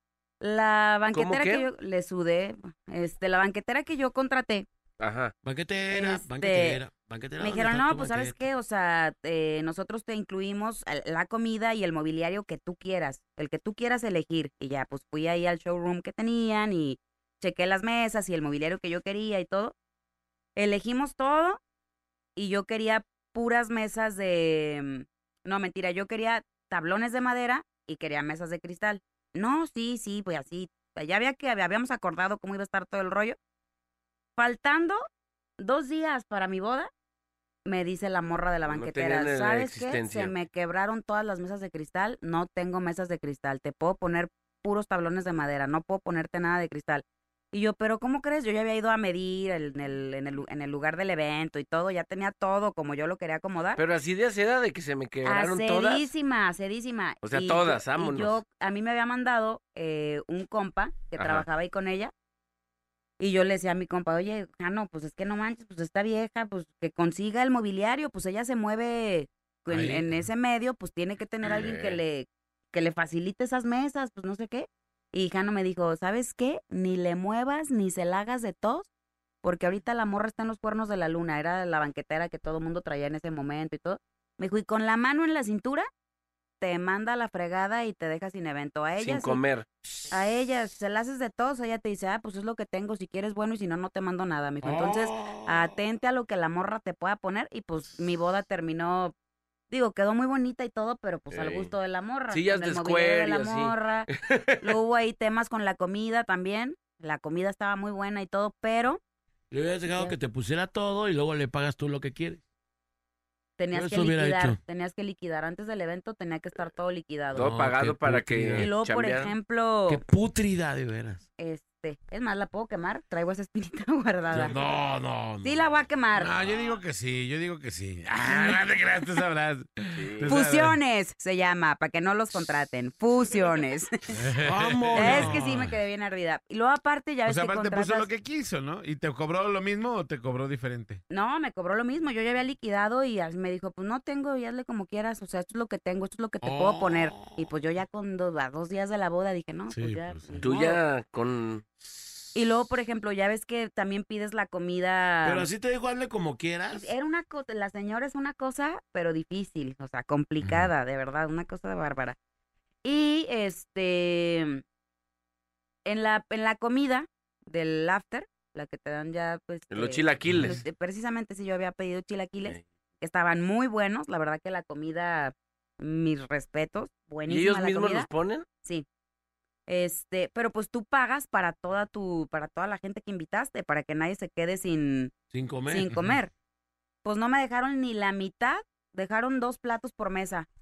La banquetera qué? que yo le sudé, este, la banquetera que yo contraté, Ajá. Banquetera, Este, banquetera, banquetera. me ¿dónde dijeron, está no, tu pues sabes banqueta? qué, o sea, eh, nosotros te incluimos el- la comida y el mobiliario que tú quieras, el que tú quieras elegir. Y ya, pues fui ahí al showroom que tenían y chequé las mesas y el mobiliario que yo quería y todo. Elegimos todo y yo quería puras mesas de... mm, No, mentira, yo quería tablones de madera y quería mesas de cristal. No, sí, sí, pues así. Ya había que habíamos acordado cómo iba a estar todo el rollo. Faltando dos días para mi boda, me dice la morra de la No banquetera, tenían en la ¿sabes qué? existencia. Se me quebraron todas las mesas de cristal, no tengo mesas de cristal, te puedo poner puros tablones de madera, no puedo ponerte nada de cristal. Y yo, ¿pero cómo crees? Yo ya había ido a medir el- en el, en el, lu- en el lugar del evento y todo, ya tenía todo como yo lo quería acomodar. Pero así de seda de que se me quebraron todas. Asedísima, asedísima. O sea, Y todas, yo- y vámonos. yo, a mí me había mandado eh, un compa que Ajá. trabajaba ahí con ella. Y yo le decía a mi compa, oye, Jano, pues es que no manches, pues esta vieja, pues que consiga el mobiliario, pues ella se mueve en, Ahí. en ese medio, pues tiene que tener alguien que Eh. le, que le facilite esas mesas, pues no sé qué. Y Jano me dijo, ¿sabes qué? Ni le muevas, ni se la hagas de tos, porque ahorita la morra está en los cuernos de la luna, era la banquetera que todo el mundo traía en ese momento y todo. Me dijo, y con la mano en la cintura, te manda a la fregada y te deja sin evento. A ella Sin sí, comer. a ella, si se la haces de tos, ella te dice, ah, pues es lo que tengo, si quieres bueno y si no, no te mando nada, mijo. Entonces, Oh. atente a lo que la morra te pueda poner y pues mi boda terminó, digo, quedó muy bonita y todo, pero pues al Ey. gusto de la morra. Sillas con el de mobiliario de la escuela y así. morra. Luego hubo ahí temas con la comida también. La comida estaba muy buena y todo, pero Le hubieras dejado Ya. que te pusiera todo y luego le pagas tú lo que quieres. tenías Yo que eso hubiera liquidar, hecho. tenías que liquidar. Antes del evento tenía que estar todo liquidado. Todo No, pagado qué para putrida. que Y luego, por chambearan. ejemplo, Qué putrida, de veras. este, es más, ¿la puedo quemar? Traigo esa espinita guardada. No, no, no. Sí, la voy a quemar. No, yo digo que sí, yo digo que sí. Ah, no te creas, tú sabrás. Sí. Tú sabes. Fusiones se llama, para que no los contraten. Fusiones. Vámonos. Es que sí me quedé bien ardida. Y luego aparte ya O ves sea, que aparte contratas... puso lo que quiso, ¿no? ¿Y te cobró lo mismo o te cobró diferente? No, me cobró lo mismo. Yo ya había liquidado y as- me dijo, pues no tengo, y hazle como quieras. O sea, esto es lo que tengo, esto es lo que te puedo poner. Y pues yo ya con dos, a dos días de la boda dije, no, Sí, pues ya. pues sí. ni Tú modo. ya con... Y luego, por ejemplo, ya ves que también pides la comida. Pero así te dijo, hazle como quieras. Era una cosa, la señora es una cosa, pero difícil, o sea, complicada, de verdad, una cosa bárbara. Y este, en la, en la comida del after, la que te dan ya, pues. Los eh, chilaquiles. los- eh, precisamente si yo había pedido chilaquiles, Ey. que estaban muy buenos, la verdad que la comida, mis respetos, ¿Y buenísima ellos la mismos comida. los ponen? Sí. Este, pero pues tú pagas para toda tu, para toda la gente que invitaste, para que nadie se quede sin, Sin comer. sin comer. Pues no me dejaron ni la mitad, dejaron dos platos por mesa.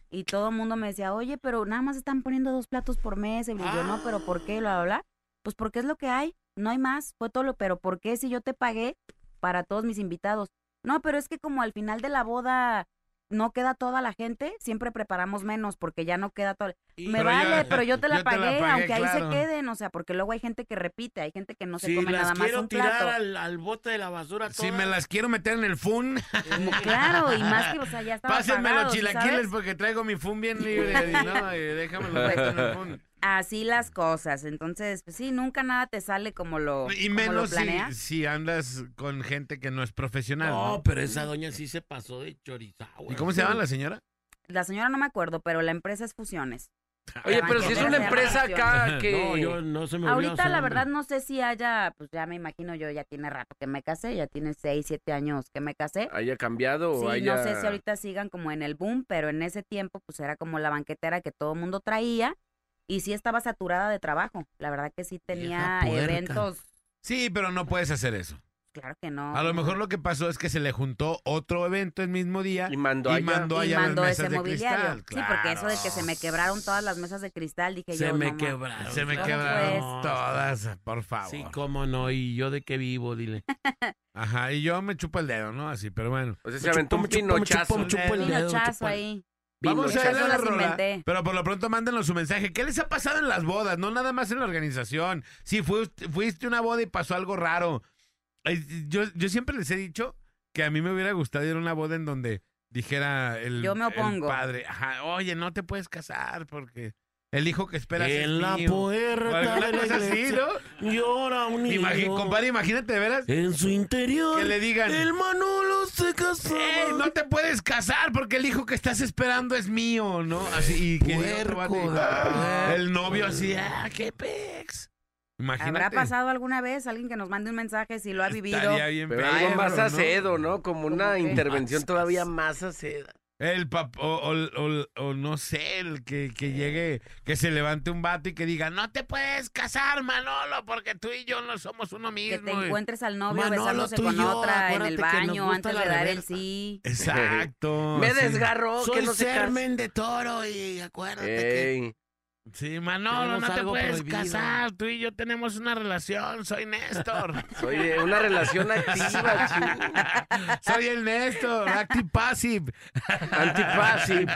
Y todo el mundo me decía, oye, pero nada más están poniendo dos platos por mes. Y yo, Ah. no, pero ¿por qué? Bla, bla, bla. Pues porque es lo que hay, no hay más, fue todo lo, pero ¿por qué si yo te pagué para todos mis invitados? No, pero es que como al final de la boda no queda toda la gente, siempre preparamos menos porque ya no queda toda. Y- Me Pero vale, yo- pero yo te la yo te la pagué, pagué, aunque ahí claro. se queden, o sea, porque luego hay gente que repite, hay gente que no se si come las nada más quiero un tirar plato. al, al bote de la basura Si todas, me las quiero meter en el fun, Claro, y más que, o sea, ya estaba pásenme pagado, los ¿sí chilaquiles sabes? porque traigo mi fun bien libre. Y no, y déjame los meto en el fun. Así las cosas, entonces, pues sí, nunca nada te sale como lo, Y como lo menos si, planeas. si andas con gente que no es profesional. No, ¿no? pero esa doña sí se pasó de chorizado. ¿Y cómo se llama la señora? La señora no me acuerdo, pero la empresa es Fusiones. Oye, pero si es una empresa acá que... No, yo no se me olvidó Ahorita su la nombre. verdad no sé si haya, pues ya me imagino yo, ya tiene rato que me casé, ya tiene seis, siete años que me casé. ¿Haya cambiado o Sí, haya...? no sé si ahorita sigan como en el boom, pero en ese tiempo pues era como la banquetera que todo el mundo traía y sí estaba saturada de trabajo. La verdad que sí tenía Vieja puerca. eventos, Sí, pero no puedes hacer eso. claro que no. A lo mejor lo que pasó es que se le juntó otro evento el mismo día Y mandó y allá. mandó y allá mandó las ese mesas de mobiliario. cristal. Sí, porque eso de Claro. que se me quebraron todas las mesas de cristal, dije Se yo, me no, ma. quebraron. Se me ¿Cómo quedaron pues? todas, por favor. Sí, cómo no, y yo de qué vivo, dile. Ajá, y yo me chupo el dedo, ¿no? Así, pero bueno. O sea, Me se aventó un chupó, me chupó, me pinochazo. chupó, me chupó el dedo, Pinochazo chupó el- ahí. Vamos a Pinochazo ver la las rola, inventé. pero por lo pronto mándenos su mensaje. ¿Qué les ha pasado en las bodas? No nada más en la organización. Si fuiste, fuiste a una boda y pasó algo raro. Ay, Yo, yo siempre les he dicho que a mí me hubiera gustado ir a una boda en donde dijera el, Yo me el opongo. padre, ajá, oye, no te puedes casar porque el hijo que esperas es En la mío. O puerta alguna de la cosa así, iglesia ¿no? llora un niño. Imagi- compadre, imagínate, de veras, En su interior, que le digan, el Manolo se casó. "Ey, no te puedes casar porque el hijo que estás esperando es mío", ¿no? Así, y que diga otro vato, Puerco, "Ah", el novio así, ah, qué pex. Imagínate. ¿Habrá pasado alguna vez alguien que nos mande un mensaje si lo ha vivido? Estaría bien Pero perro, algo más ¿no? acedo, ¿no? Como una qué? intervención Más todavía acedo. más aceda. El pap o, o, o- o no sé, el que, que llegue, que se levante un vato y que diga, no te puedes casar, Manolo, porque tú y yo no somos uno Que mismo. te encuentres al novio Manolo, besándose tú y con yo, otra en acuérdate el que nos baño gusta antes la de dar el reversa. sí. Exacto. Me sí. desgarró que Soy no se casa. Sermen de Toro y acuérdate que... Ey, Sí, Manolo, Tenemos no te algo puedes prohibido. casar, tú y yo tenemos una relación, soy Néstor. soy de una relación activa, ching. Soy el Néstor, active passive. Antipassive.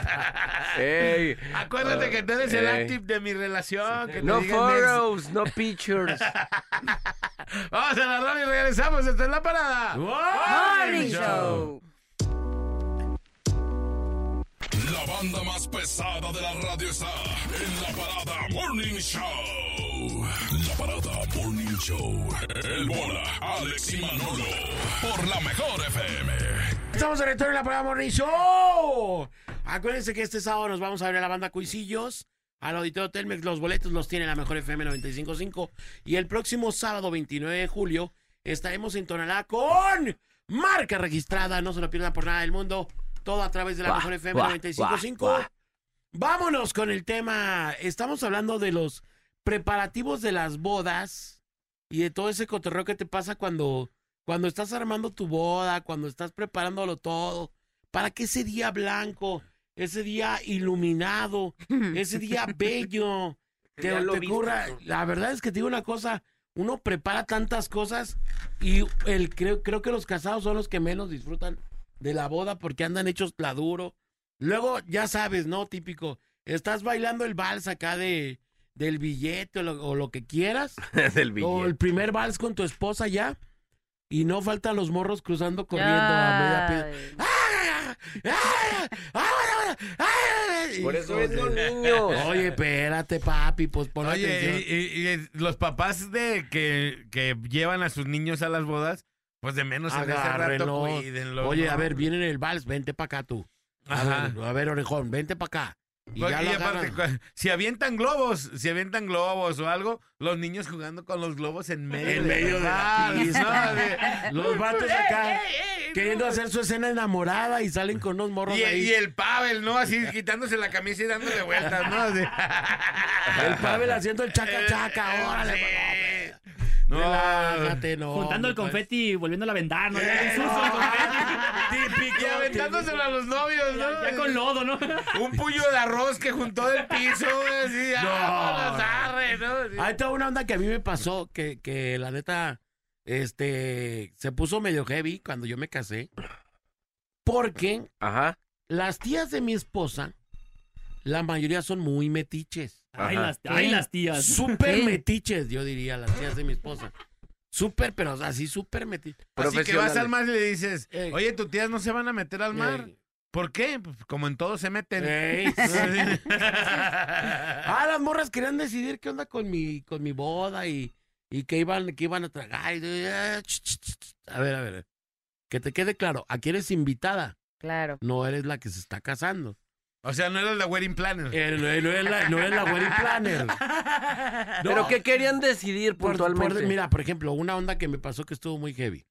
Ey. Acuérdate que tú eres el Ey. active de mi relación. Que te No diga el Néstor. photos, no pictures. Vamos a la radio y regresamos. Esta es la parada. Morning Show. La banda más pesada de la radio está en la parada Morning Show. La parada Morning Show. El Bola, Alex y Manolo. Por la mejor F M. Estamos en retorno en la parada Morning Show. Acuérdense que este sábado nos vamos a ver a la banda Cuisillos al Auditorio Telmex. Los boletos los tiene la mejor F M noventa y cinco punto cinco. Y el próximo sábado veintinueve de julio estaremos en Tonalá con marca registrada. No se lo pierdan por nada del mundo. Todo a través de la Guau, mejor F M guau, noventa y cinco punto cinco. guau, guau. Vámonos con el tema. Estamos hablando de los preparativos de las bodas y de todo ese cotorreo que te pasa cuando, cuando estás armando tu boda, cuando estás preparándolo todo, para que ese día blanco, ese día iluminado, ese día bello, te, Ya lo te viste, ocurra. ¿no? La verdad es que te digo una cosa, uno prepara tantas cosas y el, creo, creo que los casados son los que menos disfrutan de la boda porque andan hechos pladuro. Luego, ya sabes, ¿no? Típico, estás bailando el vals acá de del billete o lo, o lo que quieras. Del O billete. el primer vals con tu esposa ya. Y no faltan los morros cruzando corriendo a media pie. Ay. ¡Ah! ¡Ah! ¡Ah! ¡Ah! Por eso Hijos es los de- niños. Oye, espérate, papi, pues pon Oye, atención. y, y- y los papás de que, que llevan a sus niños a las bodas, pues de menos en ese rato Agárrenlo. cuídenlo. Oye, ¿no? a ver, viene el vals, vente para acá tú. A Ajá. ver, a ver, orejón, vente para acá. Y Porque- ya y lo aparte, agarran. cu- si avientan globos, si avientan globos o algo, los niños jugando con los globos en medio, En medio de la vals, pista. ¿no? De- Los vatos acá queriendo hacer su escena enamorada y salen con unos morros Y, ahí. y el Pavel, ¿no? Así quitándose la camisa y dándole vueltas, ¿no? Así. El Pavel haciendo el chaca chaca, órale. Sí. pues, No. Relájate, no. Juntando el mi padre. confeti y volviéndolo a aventar, ¿no? Ya, Eh, bien sucio el confeti. Típico. Y aventándoselo a los novios, ¿no? Ya, ya con lodo, ¿no? Un puño de arroz que juntó del piso, así. No. ¡Ah, los arre, ¿no? Sí. Hay toda una onda que a mí me pasó, que, que la neta, este, se puso medio heavy cuando yo me casé. Porque Ajá. las tías de mi esposa, la mayoría son muy metiches. Ay, Ajá. las, ay, las tías. Súper Sí. metiches, yo diría, las tías de mi esposa. Súper, pero así súper metiches. Así que vas al mar y le dices, Ey. oye, tus tías no se van a meter al mar. Ey. ¿Por qué? Pues como en todo se meten. Ey, sí. Ah, las morras querían decidir qué onda con mi, con mi boda y, y qué iban, qué iban a tragar. Y yo, ah, ch, ch, ch, ch. A ver, a ver. Que te quede claro, aquí eres invitada, Claro. no eres la que se está casando. O sea, no eres la wedding planner. Eh, no, no eres la, no eres la wedding planner. No, ¿Pero qué querían decidir por- puntualmente? por- mira, por ejemplo, una onda que me pasó que estuvo muy heavy.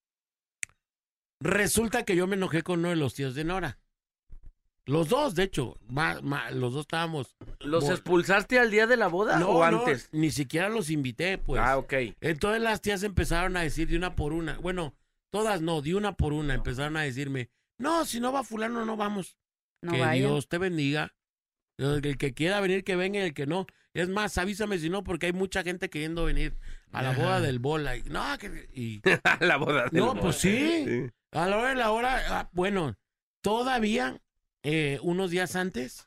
Resulta que yo me enojé con uno de los tíos de Nora. Los dos, de hecho, ma- ma- los dos estábamos. ¿Los Bo- expulsaste al día de la boda No, o no, antes? ni siquiera los invité, pues. Ah, ok. Entonces las tías empezaron a decir de una por una. Bueno, todas no, de una por una. Empezaron a decirme, no, si no va fulano, no vamos. No que vaya. Dios te bendiga. El que quiera venir, que venga, y el que no. Es más, avísame si no, porque hay mucha gente queriendo venir a la boda del bola. Y, no, que... y- la boda del no, boda. pues sí. A la hora de la hora, ah, bueno, todavía eh, unos días antes,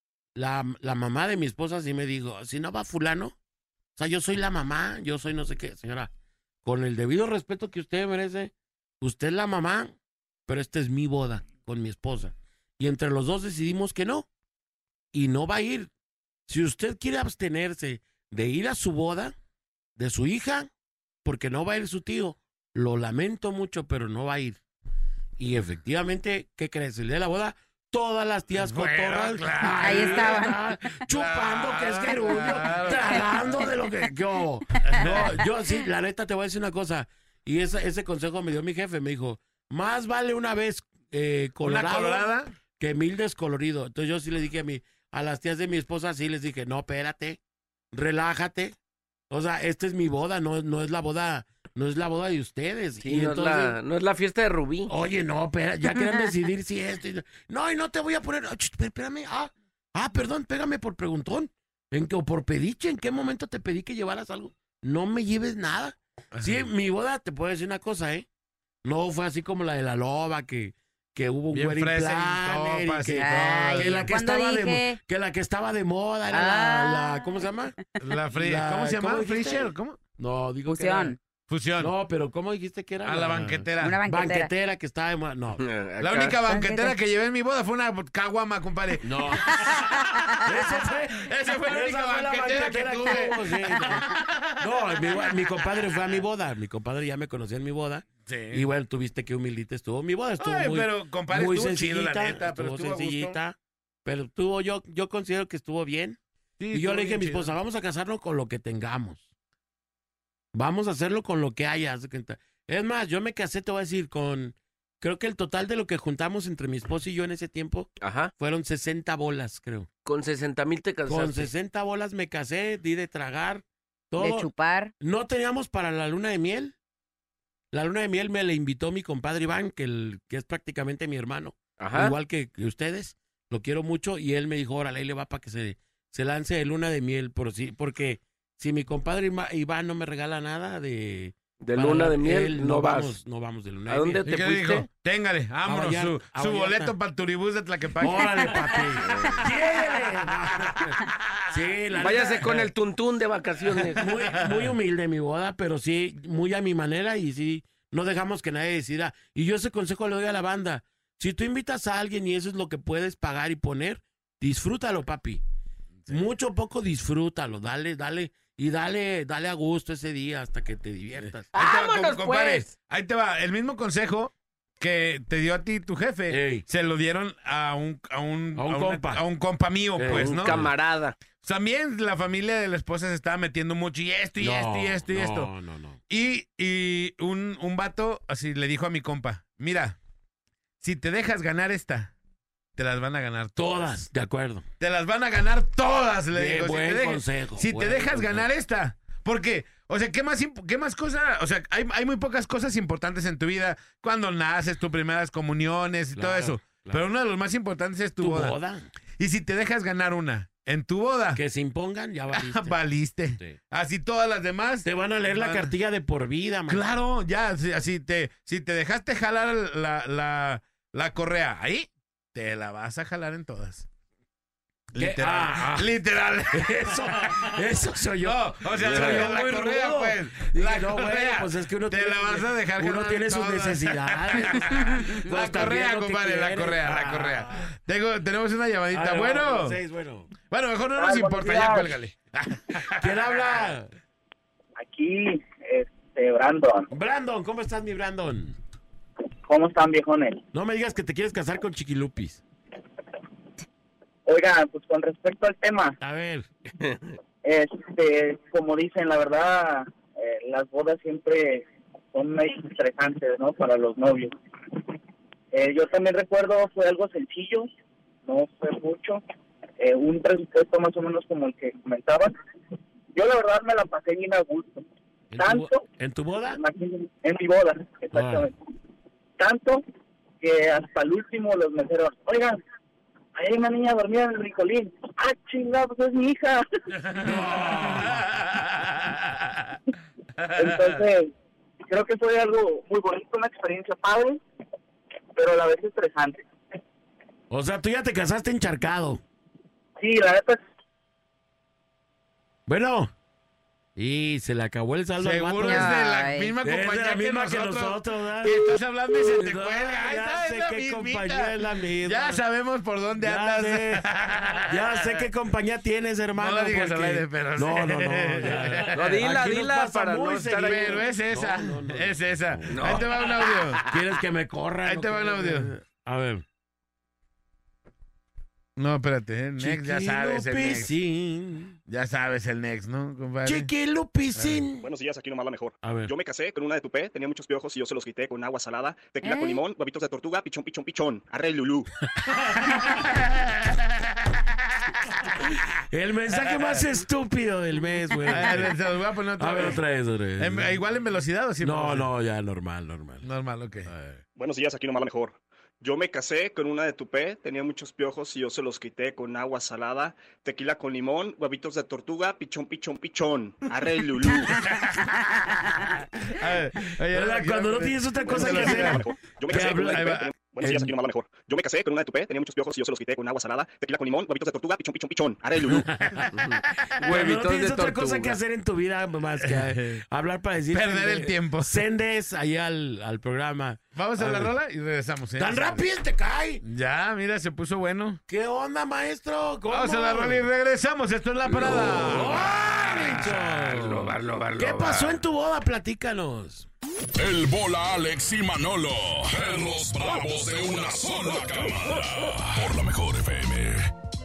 la, la mamá de mi esposa sí me dijo, si no va fulano, o sea, yo soy la mamá, yo soy no sé qué, señora, con el debido respeto que usted merece, usted es la mamá, pero esta es mi boda con mi esposa. Y entre los dos decidimos que no, y no va a ir. Si usted quiere abstenerse de ir a su boda, de su hija, porque no va a ir su tío, lo lamento mucho, pero no va a ir. Y efectivamente, ¿qué crees? El día de la boda, todas las tías Bueno, cotorras claro. Ahí estaban. chupando Claro, que es gerundio, claro. tragando de lo que yo. No, yo sí, la neta te voy a decir una cosa. Y esa- ese consejo me dio mi jefe, me dijo, más vale una vez eh, ¿Una colorado colorada? que mil descolorido. Entonces yo sí le dije a mi, a las tías de mi esposa, sí les dije, no, espérate, relájate. O sea, esta es mi boda, no, no es la boda, no es la boda de ustedes. Sí, y no, entonces, es la, no es la fiesta de Rubí. oye, no, espera, ya querían decidir si esto. y- No, y no te voy a poner. ach, espé- Espérame. Ah, ah, perdón, pégame por preguntón. ¿En qué, o por pediche? ¿En qué momento te pedí que llevaras algo? No me lleves nada. Sí, mi boda, te puedo decir una cosa, ¿eh? No fue así como la de la loba, que, que hubo un Bien wedding fresa y planner y copas y que, todo. Ay, que la que ¿cuándo estaba de, dije? mo- que la que estaba de moda era Ah. la, la- ¿cómo se llama? La fri- La- ¿Cómo se llama? ¿cómo dijiste? ¿Frischer? ¿Cómo? No, digo que era- Fusión. Fusión. No, pero ¿cómo dijiste que era? a la banquetera. Una banquetera. banquetera que estaba de moda. No. La única banquetera que llevé en mi boda fue una caguama, compadre. No. Esa fue, Esa fue la única fue la banquetera que tuve. hubo, sí, no, No, mi, mi compadre fue a mi boda. Mi compadre ya me conocía en mi boda. Sí. Y bueno, tuviste que humildita estuvo. Mi boda estuvo Ay, muy, pero, compadre, muy estuvo chido, sencillita. la neta, pero estuvo estuvo a gusto. sencillita. Pero estuvo, yo, yo considero que estuvo bien. Sí, y yo estuvo le dije a mi bien chido. esposa, vamos a casarnos con lo que tengamos. Vamos a hacerlo con lo que haya. haz de cuenta. Es más, yo me casé, te voy a decir, con... Creo que el total de lo que juntamos entre mi esposa y yo en ese tiempo Ajá. fueron sesenta bolas, creo. Con sesenta mil te casaste. Con sesenta bolas me casé, di de tragar, todo. De chupar. No teníamos para la luna de miel. La luna de miel me la invitó mi compadre Iván, que, el, que es prácticamente mi hermano. Ajá. Igual que, que ustedes. Lo quiero mucho. Y él me dijo, órale, ahí le va para que se, se lance de luna de miel. Por si, porque si mi compadre Ima- Iván no me regala nada de... De para luna la- de miel, él, no vas. Vamos, no vamos de luna ¿A de dónde miel. te ¿Y qué fuiste? dijo? Téngale, vámonos, Vallarta, su, a su Vallarta. boleto para el turibús de Tlaquepaque. Órale, papi. Sí, la Váyase neta, con el tuntún de vacaciones. Muy, muy humilde mi boda, pero sí, muy a mi manera y sí, no dejamos que nadie decida. Y yo ese consejo le doy a la banda. Si tú invitas a alguien y eso es lo que puedes pagar y poner, disfrútalo, papi. Mucho o poco disfrútalo, dale, dale, y dale, dale a gusto ese día hasta que te diviertas. Ahí te va, ¡Vámonos, com- compadre. pues! Ahí te va. El mismo consejo que te dio a ti tu jefe, Ey. se lo dieron a un, a un, A un una- compa. a un compa mío, Ey, pues, Un ¿no? camarada. También la familia de la esposa se estaba metiendo mucho y esto y esto y esto y no, esto. No, no, no. Y, y un, un vato así le dijo a mi compa, mira, si te dejas ganar esta, te las van a ganar todas. Todas, de acuerdo. Te las van a ganar todas, le Bien, digo. Si buen te dejas- consejo, Si te buen dejas consejo. ganar esta. Porque, O sea, ¿qué más, imp- qué más cosas? O sea, hay, hay muy pocas cosas importantes en tu vida. Cuando naces, tus primeras comuniones y Claro, todo eso. claro. Pero uno de los más importantes es tu, Tu boda. boda. Y si te dejas ganar una en tu boda, Que se impongan, ya valiste. valiste. Sí. Así todas las demás. Te van a leer la van- cartilla de por vida, man. Claro, ya, así, así te, si te dejaste jalar la, la, la correa ahí, te la vas a jalar en todas. ¿Qué? Literal. Ah, ah. Literal. Eso, eso soy yo. No, o sea, Soy la, yo la muy correa, rudo. pues. Dije, La no, correa. bueno, pues es que uno te tiene, la vas a dejar uno jalar tiene en sus todas. necesidades. La Pues también correa, lo que compadre, la quiere. correa, la Ah. correa. Tengo, tenemos una llamadita. Ah, no, bueno. seis, bueno. Bueno, mejor no nos Ay, buenos importa, ya días. cuélgale. ¿Quién habla? Aquí, este, Brandon. Brandon, ¿cómo estás, mi Brandon? ¿Cómo están, viejones? No me digas que te quieres casar con Chiquilupis. Oigan, pues con respecto al tema, A ver. este, como dicen, la verdad, eh, las bodas siempre son medio estresantes, ¿no? Para los novios. Eh, yo también recuerdo, fue algo sencillo, no fue mucho, eh, un presupuesto más o menos como el que comentaban. Yo la verdad me la pasé bien a gusto. ¿En tu, Tanto, bo- ¿En tu boda? imagínense, en mi boda, exactamente. Tanto que hasta el último los meseros, oigan, ahí hay una niña dormida en el bricolín. Ah, chingada, pues es mi hija. Entonces, creo que fue algo muy bonito, una experiencia padre, pero a la vez estresante. O sea, tú ya te casaste encharcado. Sí, la neta, Bueno. Y se le acabó el saldo al Seguro vato. es de la Ay. misma Es de compañía la misma que que nosotros. nosotros, ¿verdad? Y estás hablando y se te No, cuelga. Ahí ya está, sé es la qué mismita. compañía es la misma. Ya sabemos por dónde Ya andas. sé, ya sé qué compañía tienes, hermano. No lo digas al porque- aire, pero No, sí. no, no. ya. No, dila, Aquí nos dila pasa para muy no estar ahí. seguido. Pero es esa, No, no, no. es esa. No. Ahí te va un audio. ¿Quieres que me corra? Ahí te va un audio. A ver. No, espérate, el next, ya sabes el next. Chiquilupicín. Ya sabes el next, ¿no, compadre? Chiquilupicín. Buenos días, aquí nomás la mejor. A ver. Yo me casé con una de tupé, tenía muchos piojos y yo se los quité con agua salada, tequila ¿Eh? con limón, huevitos de tortuga, pichón, pichón, pichón. Arre Lulú. El mensaje más estúpido del mes, güey. A ver, se los voy a poner otra A ver, vez. otra vez, otra vez. En- igual en velocidad o siempre. No, no, ya, normal, normal. Normal, ok. A ver. Buenos días, aquí nomás la mejor. Yo me casé con una de tupé, tenía muchos piojos y yo se los quité con agua salada, tequila con limón, huevitos de tortuga, pichón, pichón, pichón. Arre Lulú. A ver, oye, ¿Verdad? ahora Cuando no quiero- tienes otra cosa Buenos que días, aquí nomás la hacer. mejor. Yo me Que casé con una de habla- tupé, ahí va. tenía- Buenos días, En- aquí nomás la mejor. Yo me casé con una de tupé, tenía muchos piojos y yo se los quité con agua salada, tequila con limón, huevitos de tortuga, pichón, pichón, pichón. Arre Lulú. Cuando no Huevitos tienes de otra cosa tortuga. que hacer en tu vida más que hablar para decir. Perder el tiempo. Sendes ahí al, al programa. Vamos a A la ver. rola y regresamos. ¿eh? ¡Tan rápido te cae! Ya, mira, se puso bueno. ¿Qué onda, maestro? ¿Cómo? Vamos a la rola y regresamos. Esto es La Parada. Barlo, barlo, barlo, ¿Qué pasó en tu boda? Platícanos. El Bola Alex y Manolo. Perros bravos de una sola cámara. Por la mejor F M.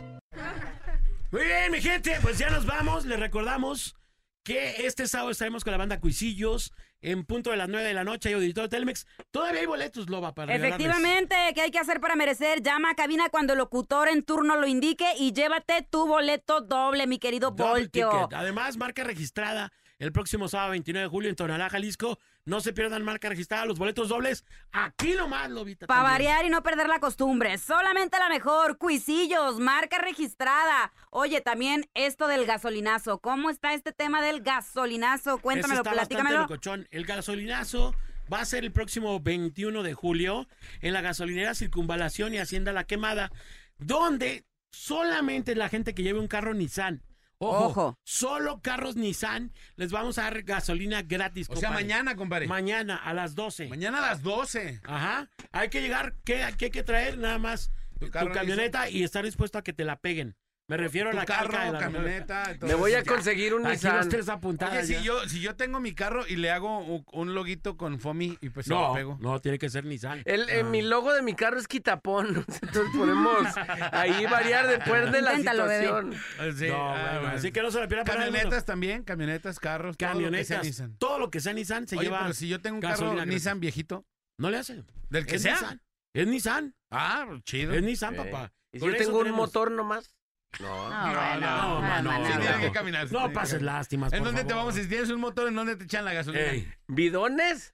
Muy bien, mi gente, pues ya nos vamos. Les recordamos que este sábado estaremos con la banda Cuisillos en punto de las nueve de la noche. Hay auditorio Telmex. Todavía hay boletos, Loba, para regalarles. Efectivamente, ¿qué hay que hacer para merecer? Llama a cabina cuando el locutor en turno lo indique y llévate tu boleto doble, mi querido Double Voltio. ticket. Además, marca registrada el próximo sábado veintinueve de julio en Tonalá, Jalisco. No se pierdan marca registrada, los boletos dobles. Aquí nomás, Lobita. Para también. variar y no perder la costumbre, solamente la mejor, Cuisillos, marca registrada. Oye, también esto del gasolinazo, ¿cómo está este tema del gasolinazo? Cuéntamelo, Ese está bastante platícamelo. locochón. El gasolinazo va a ser el próximo veintiuno de julio en la gasolinera Circunvalación y Hacienda La Quemada, donde solamente la gente que lleve un carro Nissan, ojo, Ojo. solo carros Nissan, les vamos a dar gasolina gratis. O sea, compadre. mañana, compadre. Mañana a las doce. Mañana a las doce. Ajá. Hay que llegar, ¿qué, qué hay que traer? Nada más Tu tu, carro camioneta y estar dispuesto a que te la peguen. Me refiero a Tu la carro, calca de la camioneta. todo Me voy a eso, ya. conseguir un Aquí los Nissan. tres apuntadas. Oye, si ya. yo, si yo tengo mi carro y le hago un, un loguito con Fomi y pues se No, lo pego. no, tiene que ser Nissan. El, eh, Ah. Mi logo de mi carro es quitapón. Entonces podemos ahí variar después de la Inténtalo, bebé. situación. Eh, sí, No, ah, bueno, bueno. así que no se la pierdan para Camionetas también, camionetas, carros, todo lo que sea Camionetas. Nissan. Todo lo que sea Nissan se Oye, lleva. pero si yo tengo un carro gasolina gratis. Nissan viejito, No le hace. del que Es sea. Nissan. Es Nissan. Ah, chido. Es Nissan, Eh, papá. ¿Y si Con yo eso tengo un tenemos- motor nomás? No, No, bueno, no, no, no, no, Sí, no. tienes que caminar. No pases lástimas, ¿En por dónde te favor. vamos? Si tienes un motor, ¿en dónde te echan la gasolina? Ey. ¿Bidones?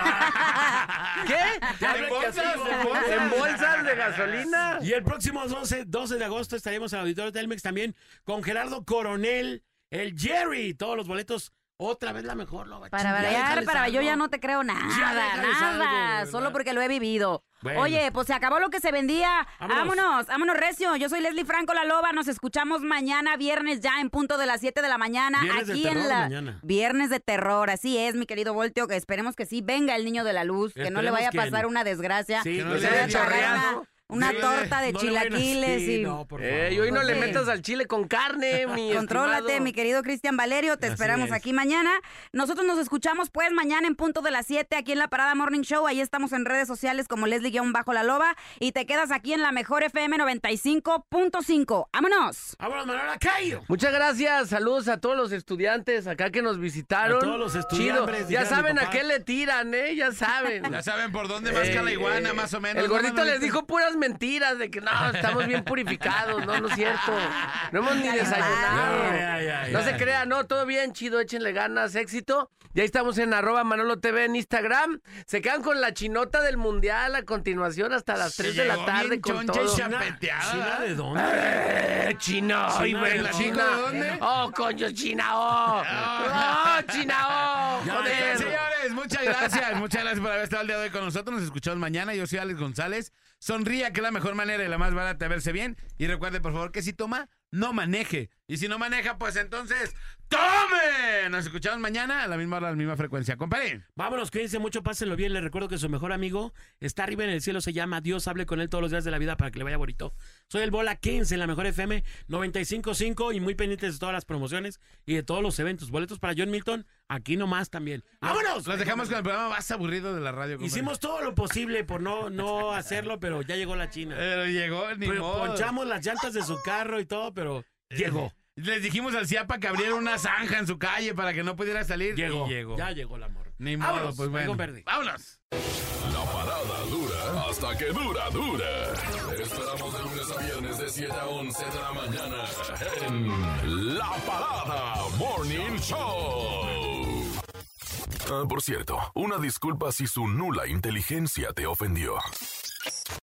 ¿Qué? Te hablan ¿En que bolsas? así, ¿En bolsas? ¿En bolsas de gasolina? Y el próximo doce, doce de agosto estaremos en el auditorio Telmex también con Gerardo Coronel, el Jerry. Todos los boletos, otra vez la mejor. Lo va a Para chingar, variar, déjales para yo algo. ya no te creo nada, déjales algo, de nada, verdad. solo porque lo he vivido. Bueno. Oye, pues se acabó lo que se vendía. Vámonos. Vámonos, vámonos, recio. Yo soy Leslie Franco La Loba. Nos escuchamos mañana, viernes ya en punto de las siete de la mañana. Viernes de aquí terror en la mañana. Viernes de terror, así es, mi querido Volteo, que esperemos que sí venga el niño de la luz, que no le Esperemos vaya a que- pasar una desgracia. Sí, Que no que le se vaya a vaya tragar chorreando. una, una Sí, torta de No le vayan a- chilaquiles sí, y... no, por favor. Eh, y hoy no le Pues sí. metas al chile con carne, mi Contrólate, estimado. mi querido Cristian Valerio. Te Así esperamos es. aquí mañana. Nosotros nos escuchamos pues mañana en punto de las siete aquí en la Parada Morning Show. Ahí estamos en redes sociales como Leslie-La Loba. Y te quedas aquí en la mejor F M noventa y cinco punto cinco. ¡Vámonos! Vámonos, Manuela Cayo. Muchas gracias, saludos a todos los estudiantes acá que nos visitaron. A todos los Chido, estudiambres, ya dijera mi saben a papá. qué le tiran, ¿eh? Ya saben. Ya saben por dónde masca la Eh, iguana, eh, más o menos. El ¿no, gordito les Manuelito? dijo puras mentiras de que no, estamos bien purificados. No, no es cierto. No hemos ni desayunado. Ya, ya, ya, No ya. se crean, no, todo bien, chido, échenle ganas, éxito. Ya estamos en arroba Manolo T V en Instagram. Se quedan con la chinota del mundial a continuación hasta las tres de la Llegó tarde bien con choncha y todo. chapeteada. ¿China de dónde? Eh, China, ay, China güey, de la dónde? China. ¿De dónde? Oh, coño, China, oh. Oh, China, oh. Ya, Joder. Señores, muchas gracias. Muchas gracias por haber estado el día de hoy con nosotros. Nos escuchamos mañana. Yo soy Alex González. Sonría, que es la mejor manera y la más barata de verse bien. Y recuerde, por favor, que si toma, no maneje. Y si no maneja, pues entonces, ¡tome! Nos escuchamos mañana a la misma hora, a la misma frecuencia. Compadre. Vámonos, cuídense mucho, pásenlo bien. Les recuerdo que su mejor amigo está arriba en el cielo, se llama Dios. Hable con él todos los días de la vida para que le vaya bonito. Soy el Bola quince en la mejor F M noventa y cinco punto cinco y muy pendientes de todas las promociones y de todos los eventos. Boletos para John Milton, aquí nomás también. ¡Vámonos! Los dejamos con el programa más aburrido de la radio. compadre. Hicimos todo lo posible por no, no hacerlo, pero ya llegó la China. Pero llegó, ni Pero modo. ponchamos las llantas de su carro y todo, pero llegó. Les dijimos al Ciapa que abriera una zanja en su calle para que no pudiera salir. Llegó. Y llegó. Ya llegó el amor. Ni modo, Vámonos, pues bueno. Fuego Verde. ¡Vámonos! La parada dura hasta que dura, dura. Te esperamos de lunes a viernes de siete a once de la mañana en La Parada Morning Show. Ah, por cierto, una disculpa si su nula inteligencia te ofendió.